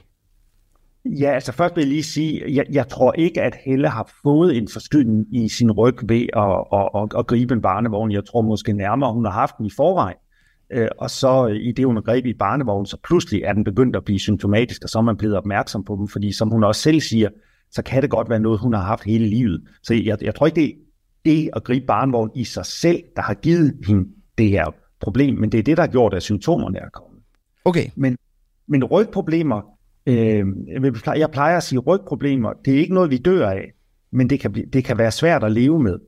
Ja, altså først vil jeg lige sige, jeg, jeg tror ikke, at Helle har fået en forskydning i sin ryg ved at, at, at, at gribe en barnevogn. Jeg tror måske nærmere, hun har haft den i forvejen. Øh, og så i det, hun har grebet i barnevognen, så pludselig er den begyndt at blive symptomatisk, og så er man blevet opmærksom på dem, fordi som hun også selv siger, så kan det godt være noget, hun har haft hele livet. Så jeg, jeg tror ikke, det er det at gribe barnevognen i sig selv, der har givet hende det her problem, men det er det, der har gjort, at symptomerne er kommet. Okay. Men, men rygproblemer, øh, jeg plejer at sige, rygproblemer, det er ikke noget, vi dør af, men det kan, blive, det kan være svært at leve med.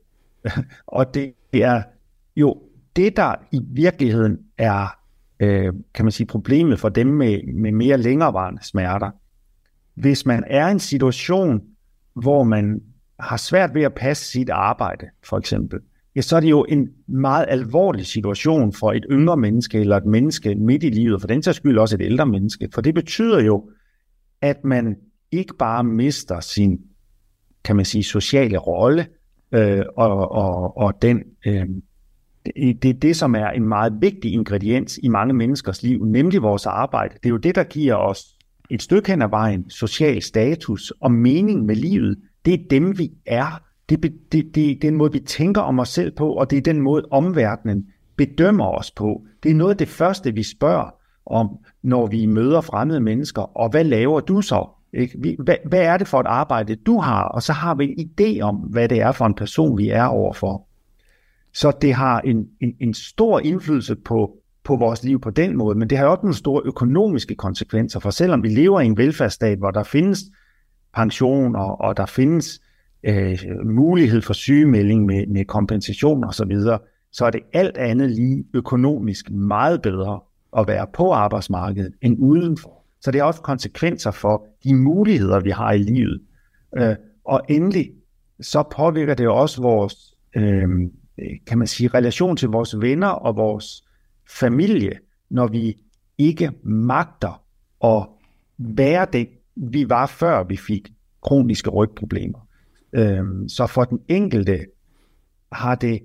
Og det er jo det, der i virkeligheden er, øh, kan man sige, problemet for dem med, med mere længerevarende smerter. Hvis man er i en situation, hvor man har svært ved at passe sit arbejde, for eksempel, ja, så er det jo en meget alvorlig situation for et yngre menneske, eller et menneske midt i livet, for den sags skyld også et ældre menneske. For det betyder jo, at man ikke bare mister sin, kan man sige, sociale rolle, øh, og, og, og den, øh, det er det, som er en meget vigtig ingrediens i mange menneskers liv, nemlig vores arbejde. Det er jo det, der giver os et stykke hen ad vejen social status og mening med livet. Det er dem, vi er. Det, det, det, det er den måde, vi tænker om os selv på, og det er den måde, omverdenen bedømmer os på. Det er noget af det første, vi spørger om, når vi møder fremmede mennesker. Og hvad laver du så? Ikke? Hvad, hvad er det for et arbejde, du har? Og så har vi en idé om, hvad det er for en person, vi er overfor. Så det har en, en, en stor indflydelse på, på vores liv på den måde, men det har også nogle store økonomiske konsekvenser, for selvom vi lever i en velfærdsstat, hvor der findes pensioner, og der findes øh, mulighed for sygemelding med, med kompensation og så videre, så er det alt andet lige økonomisk meget bedre at være på arbejdsmarkedet end udenfor. Så det har også konsekvenser for de muligheder, vi har i livet. Øh, og endelig, så påvirker det også vores, øh, kan man sige, relation til vores venner og vores familie, når vi ikke magter at være det, vi var før vi fik kroniske rygproblemer. Øhm, så for den enkelte har det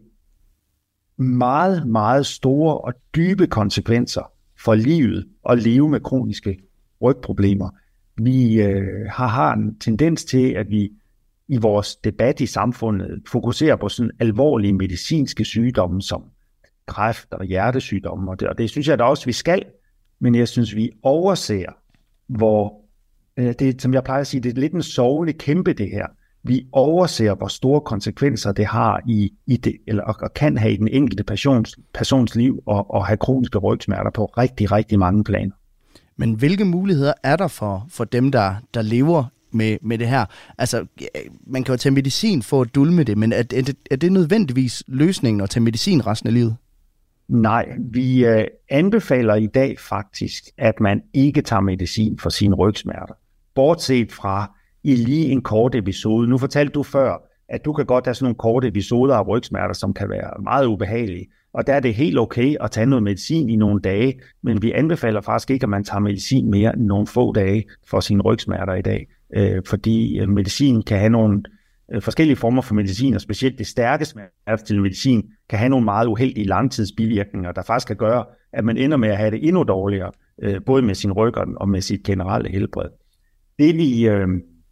meget, meget store og dybe konsekvenser for livet at leve med kroniske rygproblemer. Vi øh, har, har en tendens til, at vi i vores debat i samfundet fokuserer på sådan alvorlige medicinske sygdomme som kræft og hjertesygdomme, og det, og det synes jeg da også, vi skal, men jeg synes, vi overser, hvor, øh, det, som jeg plejer at sige, det er lidt en sovende kæmpe det her. Vi overser, hvor store konsekvenser det har i, i det, eller og, og kan have i den enkelte persons, persons liv, og, og have kroniske rygsmerter på rigtig, rigtig mange planer. Men hvilke muligheder er der for, for dem, der, der lever med, med det her? Altså, man kan jo tage medicin for at dulme det, men er, er, det, er det nødvendigvis løsningen at tage medicin resten af livet? Nej, vi øh, anbefaler i dag faktisk, at man ikke tager medicin for sine rygsmerter. Bortset fra i lige en kort episode. Nu fortalte du før, at du kan godt have sådan nogle korte episoder af rygsmerter, som kan være meget ubehagelige. Og der er det helt okay at tage noget medicin i nogle dage, men vi anbefaler faktisk ikke, at man tager medicin mere end nogle få dage for sine rygsmerter i dag. Øh, fordi øh, medicin kan have nogle øh, forskellige former for medicin, og specielt det stærke smertestillende medicin kan have nogle meget uheldige langtidsbivirkninger, der faktisk kan gøre, at man ender med at have det endnu dårligere, øh, både med sin ryg og med sit generelle helbred. Det vi, øh,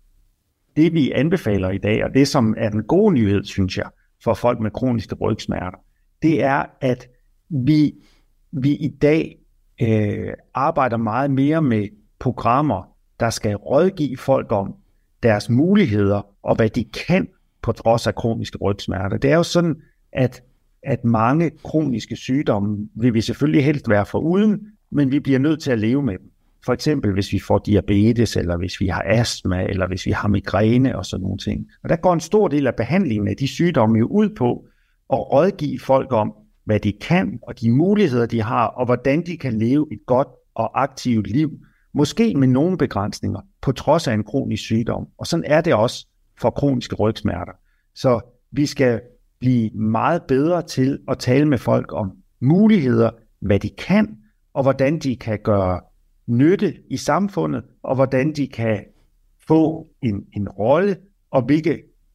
det vi anbefaler i dag, og det som er den gode nyhed, synes jeg, for folk med kroniske rygsmerter, det er, at vi, vi i dag øh, arbejder meget mere med programmer, der skal rådgive folk om deres muligheder og hvad de kan på trods af kroniske rygsmerter. Det er jo sådan, at, at mange kroniske sygdomme vil vi selvfølgelig helst være foruden, men vi bliver nødt til at leve med dem. For eksempel hvis vi får diabetes, eller hvis vi har astma, eller hvis vi har migræne og sådan nogle ting. Og der går en stor del af behandlingen af de sygdomme jo ud på at rådgive folk om, hvad de kan, og de muligheder, de har, og hvordan de kan leve et godt og aktivt liv, måske med nogle begrænsninger, på trods af en kronisk sygdom. Og sådan er det også for kroniske rygsmerter. Så vi skal blive meget bedre til at tale med folk om muligheder, hvad de kan, og hvordan de kan gøre nytte i samfundet, og hvordan de kan få en, en rolle, og hvilke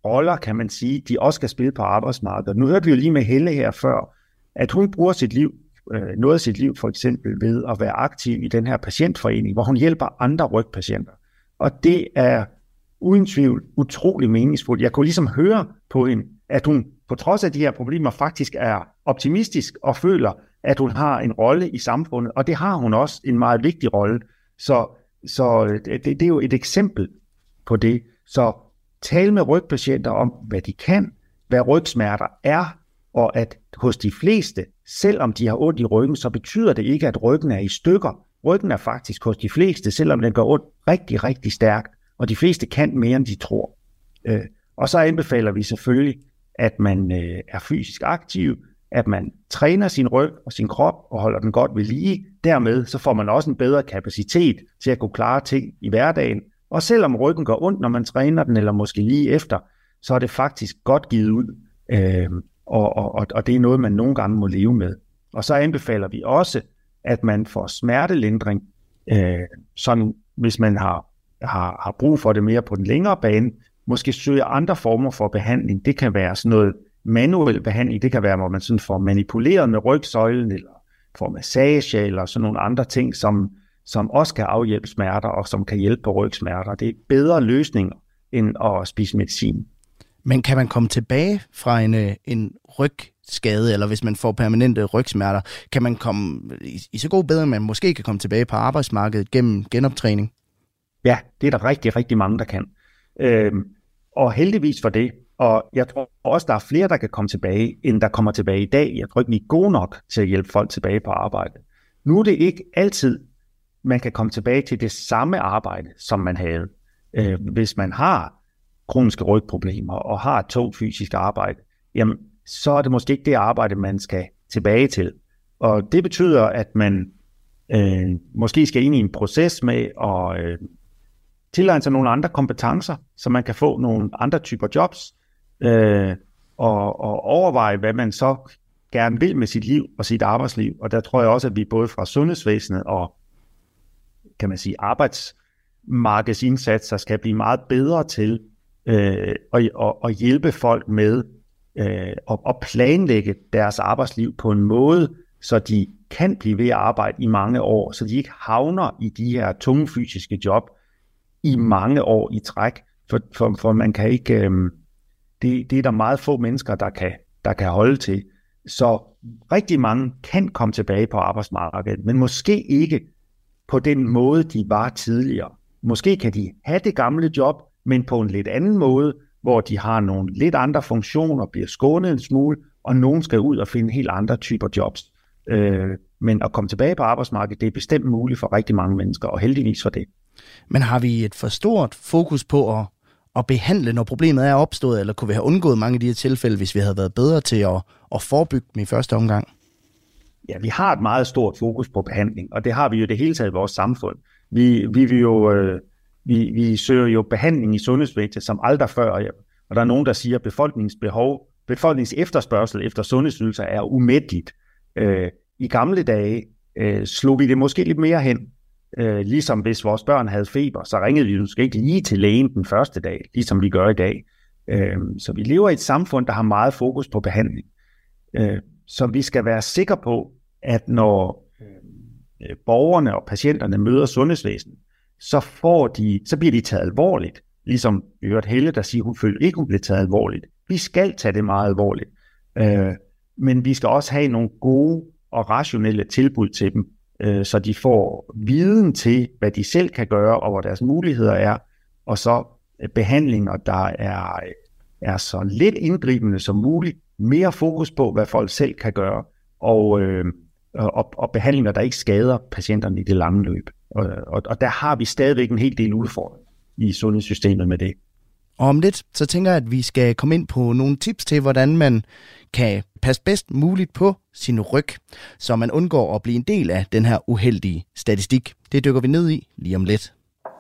roller, kan man sige, de også skal spille på arbejdsmarkedet. Nu hørte vi jo lige med Helle her før, at hun bruger sit liv, øh, noget af sit liv for eksempel ved at være aktiv i den her patientforening, hvor hun hjælper andre rygpatienter. Og det er uden tvivl utrolig meningsfuldt. Jeg kunne ligesom høre på hende, at hun på trods af de her problemer faktisk er optimistisk og føler, at hun har en rolle i samfundet, og det har hun også en meget vigtig rolle. Så, så det, det er jo et eksempel på det. Så tale med rygpatienter om, hvad de kan, hvad rygsmerter er, og at hos de fleste, selvom de har ondt i ryggen, så betyder det ikke, at ryggen er i stykker. Ryggen er faktisk hos de fleste, selvom den går ondt rigtig, rigtig stærkt, og de fleste kan mere, end de tror. Øh, og så anbefaler vi selvfølgelig, at man øh, er fysisk aktiv, at man træner sin ryg og sin krop og holder den godt ved lige. Dermed så får man også en bedre kapacitet til at kunne klare ting i hverdagen. Og selvom ryggen går ondt, når man træner den, eller måske lige efter, så er det faktisk godt givet ud. Øh, og, og, og det er noget, man nogle gange må leve med. Og så anbefaler vi også, at man får smertelindring, øh, sådan hvis man har, har, har brug for det mere på den længere bane, måske søge andre former for behandling. Det kan være sådan noget manuel behandling, det kan være, hvor man sådan får manipuleret med rygsøjlen, eller får massage, eller sådan nogle andre ting, som, som også kan afhjælpe smerter, og som kan hjælpe på rygsmerter. Det er bedre løsninger, end at spise medicin. Men kan man komme tilbage fra en, en rygskade, eller hvis man får permanente rygsmerter, kan man komme i, i så god bedre, at man måske kan komme tilbage på arbejdsmarkedet gennem genoptræning? Ja, det er der rigtig, rigtig mange, der kan. Øhm, og heldigvis for det, og jeg tror også, der er flere, der kan komme tilbage, end der kommer tilbage i dag. Jeg tror ikke, vi er gode nok til at hjælpe folk tilbage på arbejde. Nu er det ikke altid, man kan komme tilbage til det samme arbejde, som man havde. Øh, hvis man har kroniske rygproblemer og har et tungt fysisk arbejde, jamen, så er det måske ikke det arbejde, man skal tilbage til. Og det betyder, at man øh, måske skal ind i en proces med at øh, tilegne sig nogle andre kompetencer, så man kan få nogle andre typer jobs, øh, og, og overveje, hvad man så gerne vil med sit liv og sit arbejdsliv. Og der tror jeg også, at vi både fra sundhedsvæsenet og, kan man sige, arbejdsmarkedsindsatser skal blive meget bedre til øh, at, at, at hjælpe folk med øh, at, at planlægge deres arbejdsliv på en måde, så de kan blive ved at arbejde i mange år, så de ikke havner i de her tunge fysiske job i mange år i træk, for, for, for man kan ikke, øh, det, det er der meget få mennesker, der kan, der kan holde til. Så rigtig mange kan komme tilbage på arbejdsmarkedet, men måske ikke på den måde, de var tidligere. Måske kan de have det gamle job, men på en lidt anden måde, hvor de har nogle lidt andre funktioner, bliver skånet en smule, og nogen skal ud og finde helt andre typer jobs. Øh, men at komme tilbage på arbejdsmarkedet, det er bestemt muligt for rigtig mange mennesker, og heldigvis for det. Men har vi et for stort fokus på at, at behandle, når problemet er opstået, eller kunne vi have undgået mange af de her tilfælde, hvis vi havde været bedre til at, at forebygge dem i første omgang? Ja, vi har et meget stort fokus på behandling, og det har vi jo det hele taget i vores samfund. Vi, vi, vi, jo, øh, vi, vi søger jo behandling i sundhedsvæsenet som aldrig før, og der er nogen, der siger, at befolkningens behov, befolkningens efterspørgsel efter sundhedsydelser er umætteligt. Øh, I gamle dage øh, slog vi det måske lidt mere hen. Øh, ligesom hvis vores børn havde feber, så ringede vi måske ikke lige til lægen den første dag, ligesom vi gør i dag. Øh, så vi lever i et samfund, der har meget fokus på behandling. Øh, så vi skal være sikre på, at når øh, borgerne og patienterne møder sundhedsvæsenet, så, får de, så bliver de taget alvorligt. Ligesom vi hørte Helle, der siger, hun føler ikke, hun bliver taget alvorligt. Vi skal tage det meget alvorligt. Øh, men vi skal også have nogle gode og rationelle tilbud til dem, så de får viden til, hvad de selv kan gøre, og hvor deres muligheder er, og så behandlinger, der er, er så lidt indgribende som muligt, mere fokus på, hvad folk selv kan gøre, og, øh, og, og behandlinger, der ikke skader patienterne i det lange løb. Og, og, og der har vi stadigvæk en hel del udfordring i sundhedssystemet med det. Og om lidt, så tænker jeg, at vi skal komme ind på nogle tips til, hvordan man kan passe bedst muligt på sin ryg, så man undgår at blive en del af den her uheldige statistik. Det dykker vi ned i lige om lidt.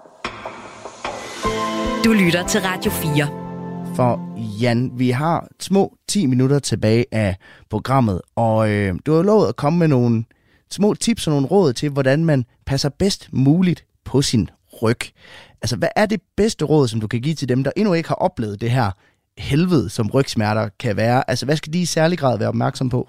Du lytter til Radio fire. For Jan, vi har små ti minutter tilbage af programmet, og øh, du har lovet at komme med nogle små tips og nogle råd til, hvordan man passer bedst muligt på sin ryg. Altså, hvad er det bedste råd, som du kan give til dem, der endnu ikke har oplevet det her helvede, som rygsmerter kan være? Altså, hvad skal de i særlig grad være opmærksom på?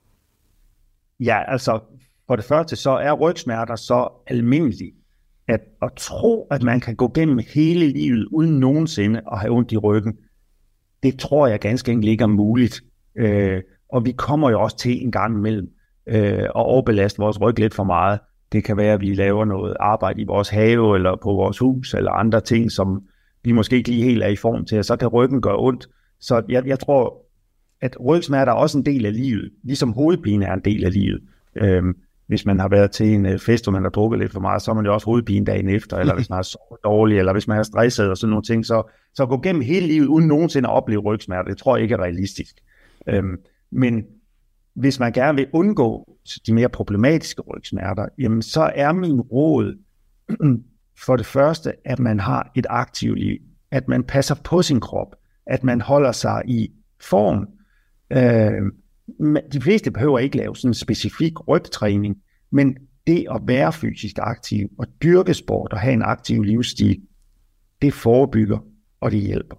Ja, altså, for det første, så er rygsmerter så almindelige, at at tro, at man kan gå gennem hele livet uden nogensinde at have ondt i ryggen, det tror jeg ganske enkelt ikke er muligt. Øh, og vi kommer jo også til en gang imellem øh, at overbelaste vores ryg lidt for meget. Det kan være, at vi laver noget arbejde i vores have eller på vores hus eller andre ting, som vi måske ikke lige helt er i form til, og så kan ryggen gøre ondt. Så jeg, jeg tror, at rygsmerter er også en del af livet, ligesom hovedpine er en del af livet. Øhm, hvis man har været til en fest, hvor man har drukket lidt for meget, så har man jo også hovedpine dagen efter, eller hvis man har sovet dårligt, eller hvis man har stresset og sådan nogle ting. Så, så gå gennem hele livet uden nogensinde at opleve rygsmerter, det tror jeg ikke er realistisk. Øhm, men hvis man gerne vil undgå de mere problematiske rygsmerter, jamen så er min råd for det første, at man har et aktivt liv, at man passer på sin krop, at man holder sig i form. Øh, de fleste behøver ikke lave sådan en specifik rygtræning, men det at være fysisk aktiv og dyrke sport og have en aktiv livsstil, det forebygger, og det hjælper.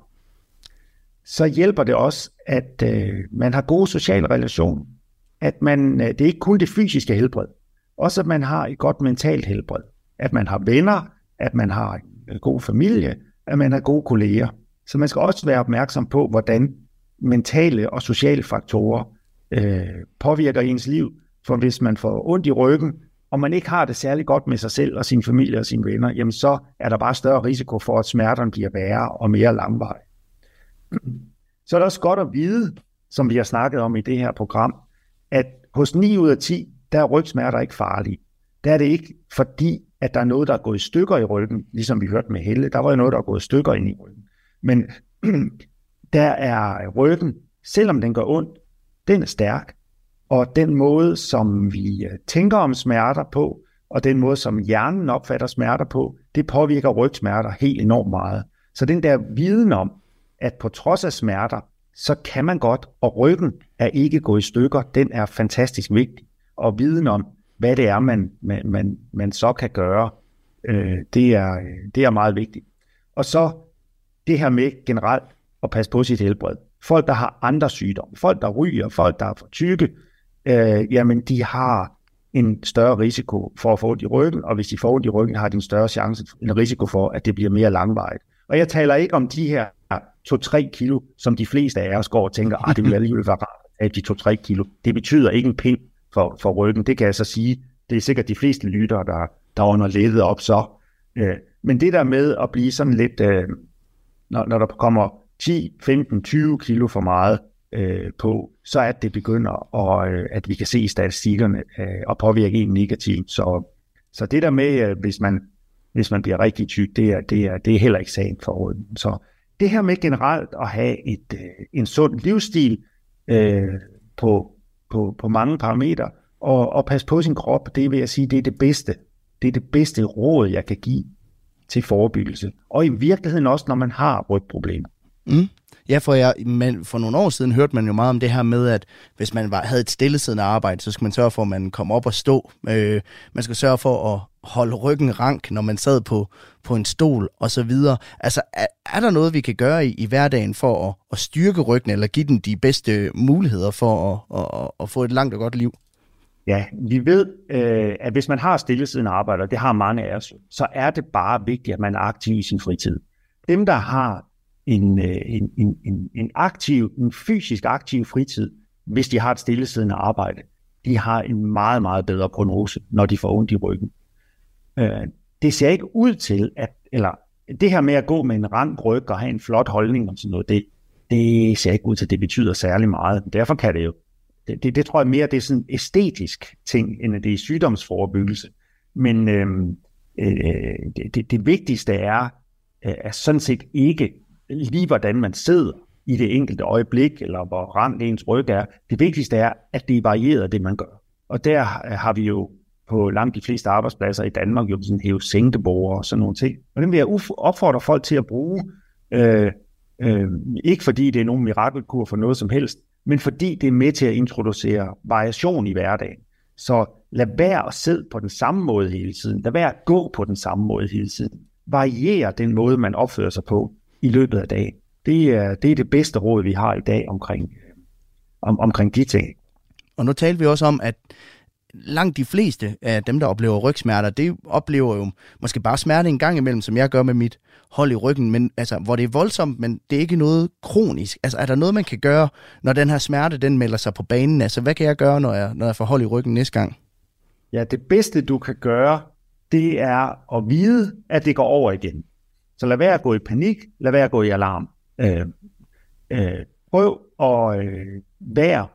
Så hjælper det også, at øh, man har gode sociale relationer, at man, øh, det er ikke kun det fysiske helbred, også at man har et godt mentalt helbred, at man har venner, at man har en god familie, at man har gode kolleger. Så man skal også være opmærksom på, hvordan mentale og sociale faktorer øh, påvirker ens liv. For hvis man får ondt i ryggen, og man ikke har det særlig godt med sig selv og sin familie og sine venner, jamen så er der bare større risiko for, at smerterne bliver værre og mere langvarige. Så er det også godt at vide, som vi har snakket om i det her program, at hos ni ud af ti, der er rygsmerter ikke farlige. Der er det ikke fordi, at der er noget, der er gået i stykker i ryggen, ligesom vi hørte med Helle. Der var jo noget, der er gået i stykker ind i ryggen. Men der er ryggen, selvom den gør ondt, den er stærk. Og den måde, som vi tænker om smerter på, og den måde, som hjernen opfatter smerter på, det påvirker rygsmerter helt enormt meget. Så den der viden om, at på trods af smerter, så kan man godt, og ryggen er ikke gået i stykker, den er fantastisk vigtig. Og viden om, hvad det er, man, man, man, man så kan gøre, øh, det, er, det er meget vigtigt. Og så det her med generelt at passe på sit helbred. Folk, der har andre sygdomme, folk, der ryger, folk, der er for tykke, øh, jamen de har en større risiko for at få ondt i ryggen, og hvis de får ondt i ryggen, har de en større chance, en risiko for, at det bliver mere langvarigt. Og jeg taler ikke om de her to til tre kilo, som de fleste af os går og tænker, at det vil alligevel være rart af de to til tre kilo. Det betyder ikke en pind for, for ryggen, det kan jeg så sige. Det er sikkert de fleste lyttere, der, der under lettet op så. Øh, men det der med at blive sådan lidt, øh, når, når der kommer ti, femten, tyve kilo for meget øh, på, så er det begynder, og, øh, at vi kan se i statistikkerne øh, og påvirke en negativt. Så, så det der med, øh, hvis, man, hvis man bliver rigtig tyk, det er, det er, det er heller ikke sagen for ryggen. Så det her med generelt at have et, øh, en sund livsstil øh, på, på, på mange parametre, og, og passe på sin krop, det vil jeg sige, det er det bedste. Det er det bedste råd, jeg kan give til forebyggelse. Og i virkeligheden også, når man har rygproblemer. Mm. Ja, for, jeg, men for nogle år siden hørte man jo meget om det her med, at hvis man var, havde et stillesiddende arbejde, så skulle man sørge for, at man kom op og stå. Øh, man skulle sørge for at holde ryggen rank, når man sad på, på en stol og så videre. Altså, er, er der noget, vi kan gøre i, i hverdagen for at, at styrke ryggen, eller give den de bedste muligheder for at, at, at få et langt og godt liv? Ja, vi ved, øh, at hvis man har stillesiddende arbejde, og det har mange af os, så er det bare vigtigt, at man er aktiv i sin fritid. Dem, der har en, en, en, en, en aktiv, en fysisk aktiv fritid, hvis de har et stillesiddende arbejde, de har en meget, meget bedre prognose, når de får ondt i ryggen. Øh, det ser ikke ud til, at, eller det her med at gå med en rank ryg og have en flot holdning og sådan noget, det, det ser ikke ud til, at det betyder særlig meget. Derfor kan det jo, det, det, det tror jeg mere, det er sådan en æstetisk ting, end det er sygdomsforebyggelse. Men øh, øh, det, det, det vigtigste er, er sådan set ikke lige hvordan man sidder i det enkelte øjeblik, eller hvor rank ens ryg er. Det vigtigste er, at det er varieret, det man gør. Og der har vi jo på langt de fleste arbejdspladser i Danmark jo sådan hæve-sænkeborde og sådan nogle ting. Og dem vil jeg opfordre folk til at bruge, øh, øh, ikke fordi det er nogen mirakelkur for noget som helst, men fordi det er med til at introducere variation i hverdagen. Så lad være at sidde på den samme måde hele tiden. Lad være at gå på den samme måde hele tiden. Variere den måde, man opfører sig på i løbet af dagen. Det er, det er det bedste råd, vi har i dag omkring, om, omkring de ting. Og nu talte vi også om, at langt de fleste af dem, der oplever rygsmerter, det oplever jo måske bare smerte en gang imellem, som jeg gør med mit hold i ryggen, men altså, hvor det er voldsomt, men det er ikke noget kronisk. Altså, er der noget, man kan gøre, når den her smerte, den melder sig på banen? Altså, hvad kan jeg gøre, når jeg, når jeg får hold i ryggen næste gang? Ja, det bedste, du kan gøre, det er at vide, at det går over igen. Så lad være at gå i panik, lad være at gå i alarm. Øh, øh, prøv at øh, være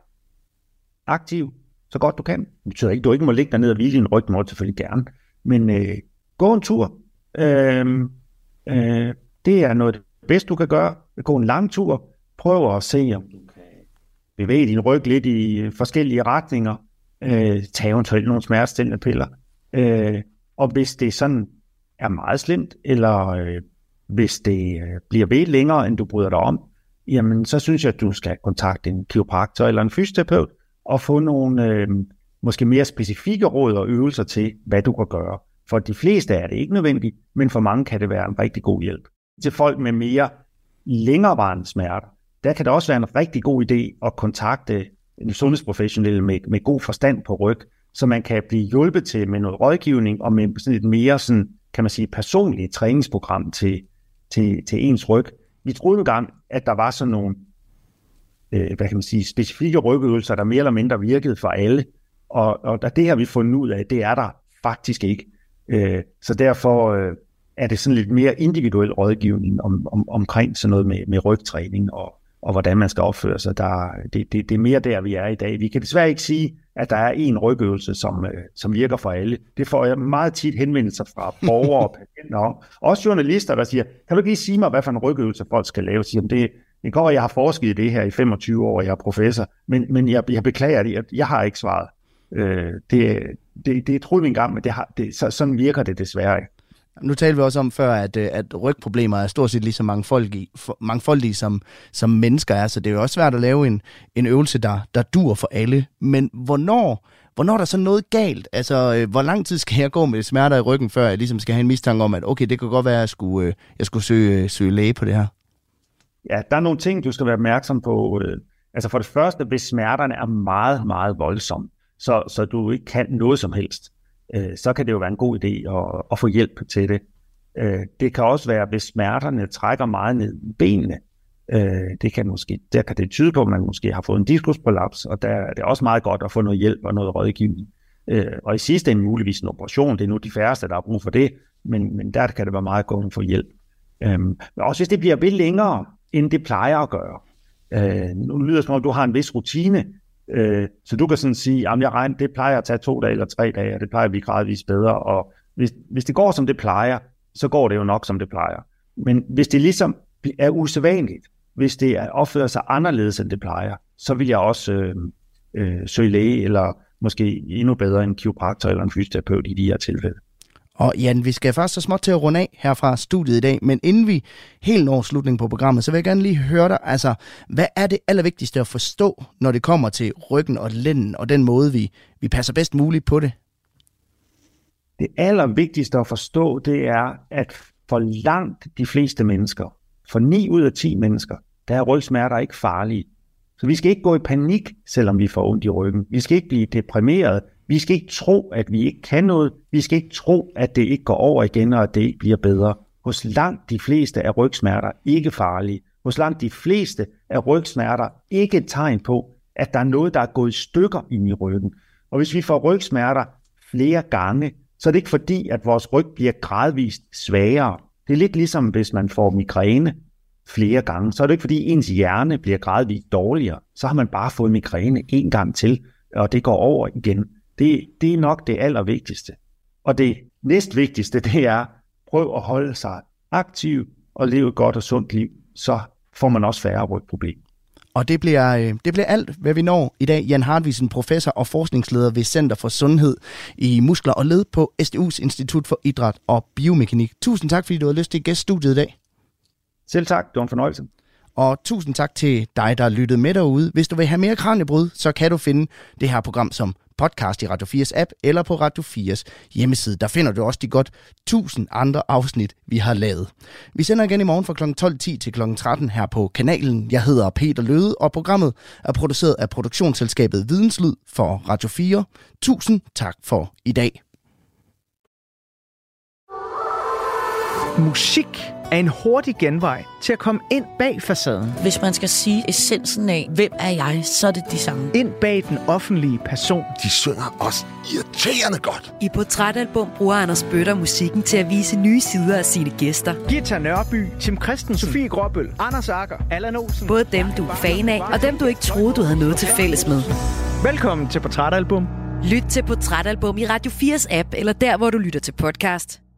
aktiv, så godt du kan. Det betyder ikke, du ikke må ligge dernede og hvile din ryg, det må du selvfølgelig gerne. Men øh, gå en tur. Øh, øh, det er noget af det bedste, du kan gøre. Gå en lang tur. Prøv at se, om du kan bevæge din ryg lidt i forskellige retninger. Øh, tag eventuelt nogle smertestillende piller. Øh, og hvis det sådan er meget slemt, eller øh, hvis det øh, bliver ved længere, end du bryder dig om, jamen så synes jeg, at du skal kontakte en kiropraktor eller en fysioterapeut, og få nogle øh, måske mere specifikke råd og øvelser til, hvad du kan gøre. For de fleste er det ikke nødvendigt, men for mange kan det være en rigtig god hjælp. Til folk med mere længerevarende smerter, der kan det også være en rigtig god idé at kontakte en sundhedsprofessionel med, med god forstand på ryg, så man kan blive hjulpet til med noget rådgivning og med sådan et mere sådan, kan man sige, personligt træningsprogram til, til, til ens ryg. Vi troede engang, at der var sådan nogle øh, hvad kan man sige, specifikke rygøvelser, der mere eller mindre virkede for alle, og, og det har vi fundet ud af, det er der faktisk ikke. Øh, så derfor øh, er det sådan lidt mere individuel rådgivning om, om, omkring sådan noget med, med rygtræning og, og hvordan man skal opføre sig. Der, det, det, det er mere der, vi er i dag. Vi kan desværre ikke sige, at der er en rygøvelse, som, øh, som virker for alle. Det får jeg meget tit henvendelser fra borgere og patienter om. Også journalister, der siger, kan du ikke lige sige mig, hvad for en rygøvelse folk skal lave? Siger, det, det går, jeg har forsket i det her i femogtyve år, jeg er professor, men, men jeg, jeg beklager det, jeg, jeg har ikke svaret. Øh, det, det, det troede vi engang, men det har, det, så, sådan virker det desværre ikke. Nu talte vi også om før, at, at rygproblemer er stort set lige så mangfoldige, mangfoldige som, som mennesker er, så det er jo også svært at lave en, en øvelse, der, der dur for alle. Men hvornår, hvornår er der så noget galt? Altså, hvor lang tid skal jeg gå med smerter i ryggen, før jeg ligesom skal have en mistanke om, at okay, det kan godt være, at jeg skulle, jeg skulle søge, søge læge på det her? Ja, der er nogle ting, du skal være opmærksom på. Altså for det første, hvis smerterne er meget, meget voldsomme, så, så du ikke kan noget som helst, så kan det jo være en god idé at, at få hjælp til det. Det kan også være, hvis smerterne trækker meget ned i benene. Det kan måske, der kan det tyde på, at man måske har fået en diskusprolaps, og der er det også meget godt at få noget hjælp og noget rådgivning. Og i sidste ende muligvis en operation. Det er nu de færreste, der har brug for det, men, men der kan det være meget godt at få hjælp. Men også hvis det bliver ved længere, end det plejer at gøre. Nu lyder det som om, du har en vis rutine, så du kan sådan sige, at jeg regner, det plejer at tage to dage eller tre dage, og det plejer at blive gradvist bedre, og hvis, hvis det går som det plejer, så går det jo nok som det plejer. Men hvis det ligesom er usædvanligt, hvis det opfører sig anderledes end det plejer, så vil jeg også øh, øh, søge læge, eller måske endnu bedre en kiropraktor eller en fysioterapeut i de her tilfælde. Og Jan, vi skal først så småt til at runde af her fra studiet i dag, men inden vi helt når slutningen på programmet, så vil jeg gerne lige høre dig, altså, hvad er det allervigtigste at forstå, når det kommer til ryggen og lænden, og den måde, vi, vi passer bedst muligt på det? Det allervigtigste at forstå, det er, at for langt de fleste mennesker, for ni ud af ti mennesker, der er rygsmerter ikke farlige. Så vi skal ikke gå i panik, selvom vi får ondt i ryggen. Vi skal ikke blive deprimeret. Vi skal ikke tro, at vi ikke kan noget. Vi skal ikke tro, at det ikke går over igen, og at det ikke bliver bedre. Hos langt de fleste er rygsmerter ikke farlige. Hos langt de fleste er rygsmerter ikke et tegn på, at der er noget, der er gået i stykker ind i ryggen. Og hvis vi får rygsmerter flere gange, så er det ikke fordi, at vores ryg bliver gradvist svagere. Det er lidt ligesom, hvis man får migræne flere gange. Så er det ikke fordi, ens hjerne bliver gradvist dårligere. Så har man bare fået migræne en gang til, og det går over igen. Det, det er nok det allervigtigste. Og det næstvigtigste, det er, prøv at holde sig aktiv og leve et godt og sundt liv. Så får man også færre rygproblemer. Og det bliver, det bliver alt, hvad vi når i dag. Jan Hartvigsen, professor og forskningsleder ved Center for Sundhed i Muskler og Led på S D U's Institut for Idræt og Biomekanik. Tusind tak, fordi du har lyst til gæststudiet i dag. Selv tak, det var en fornøjelse. Og tusind tak til dig, der lyttede med derude. Hvis du vil have mere Kraniebrud, så kan du finde det her program som podcast i Radio fires app eller på Radio fires hjemmeside. Der finder du også de godt tusind andre afsnit, vi har lavet. Vi sender igen i morgen fra klokken tolv ti til klokken tretten her på kanalen. Jeg hedder Peter Løde, og programmet er produceret af produktionsselskabet Videnslyd for Radio fire. Tusind tak for i dag. Musik er en hurtig genvej til at komme ind bag facaden. Hvis man skal sige essensen af, hvem er jeg, så er det de samme. Ind bag den offentlige person. De synger også irriterende godt. I Portrætalbum bruger Anders Bøtter musikken til at vise nye sider af sine gæster. Gita Nørby, Tim Christensen, Sofie Gråbøl, Anders Agger, Allan Olsen. Både dem, du er fan af, og dem, du ikke troede, du havde noget til fælles med. Velkommen til Portrætalbum. Lyt til Portrætalbum i Radio fires app, eller der, hvor du lytter til podcast.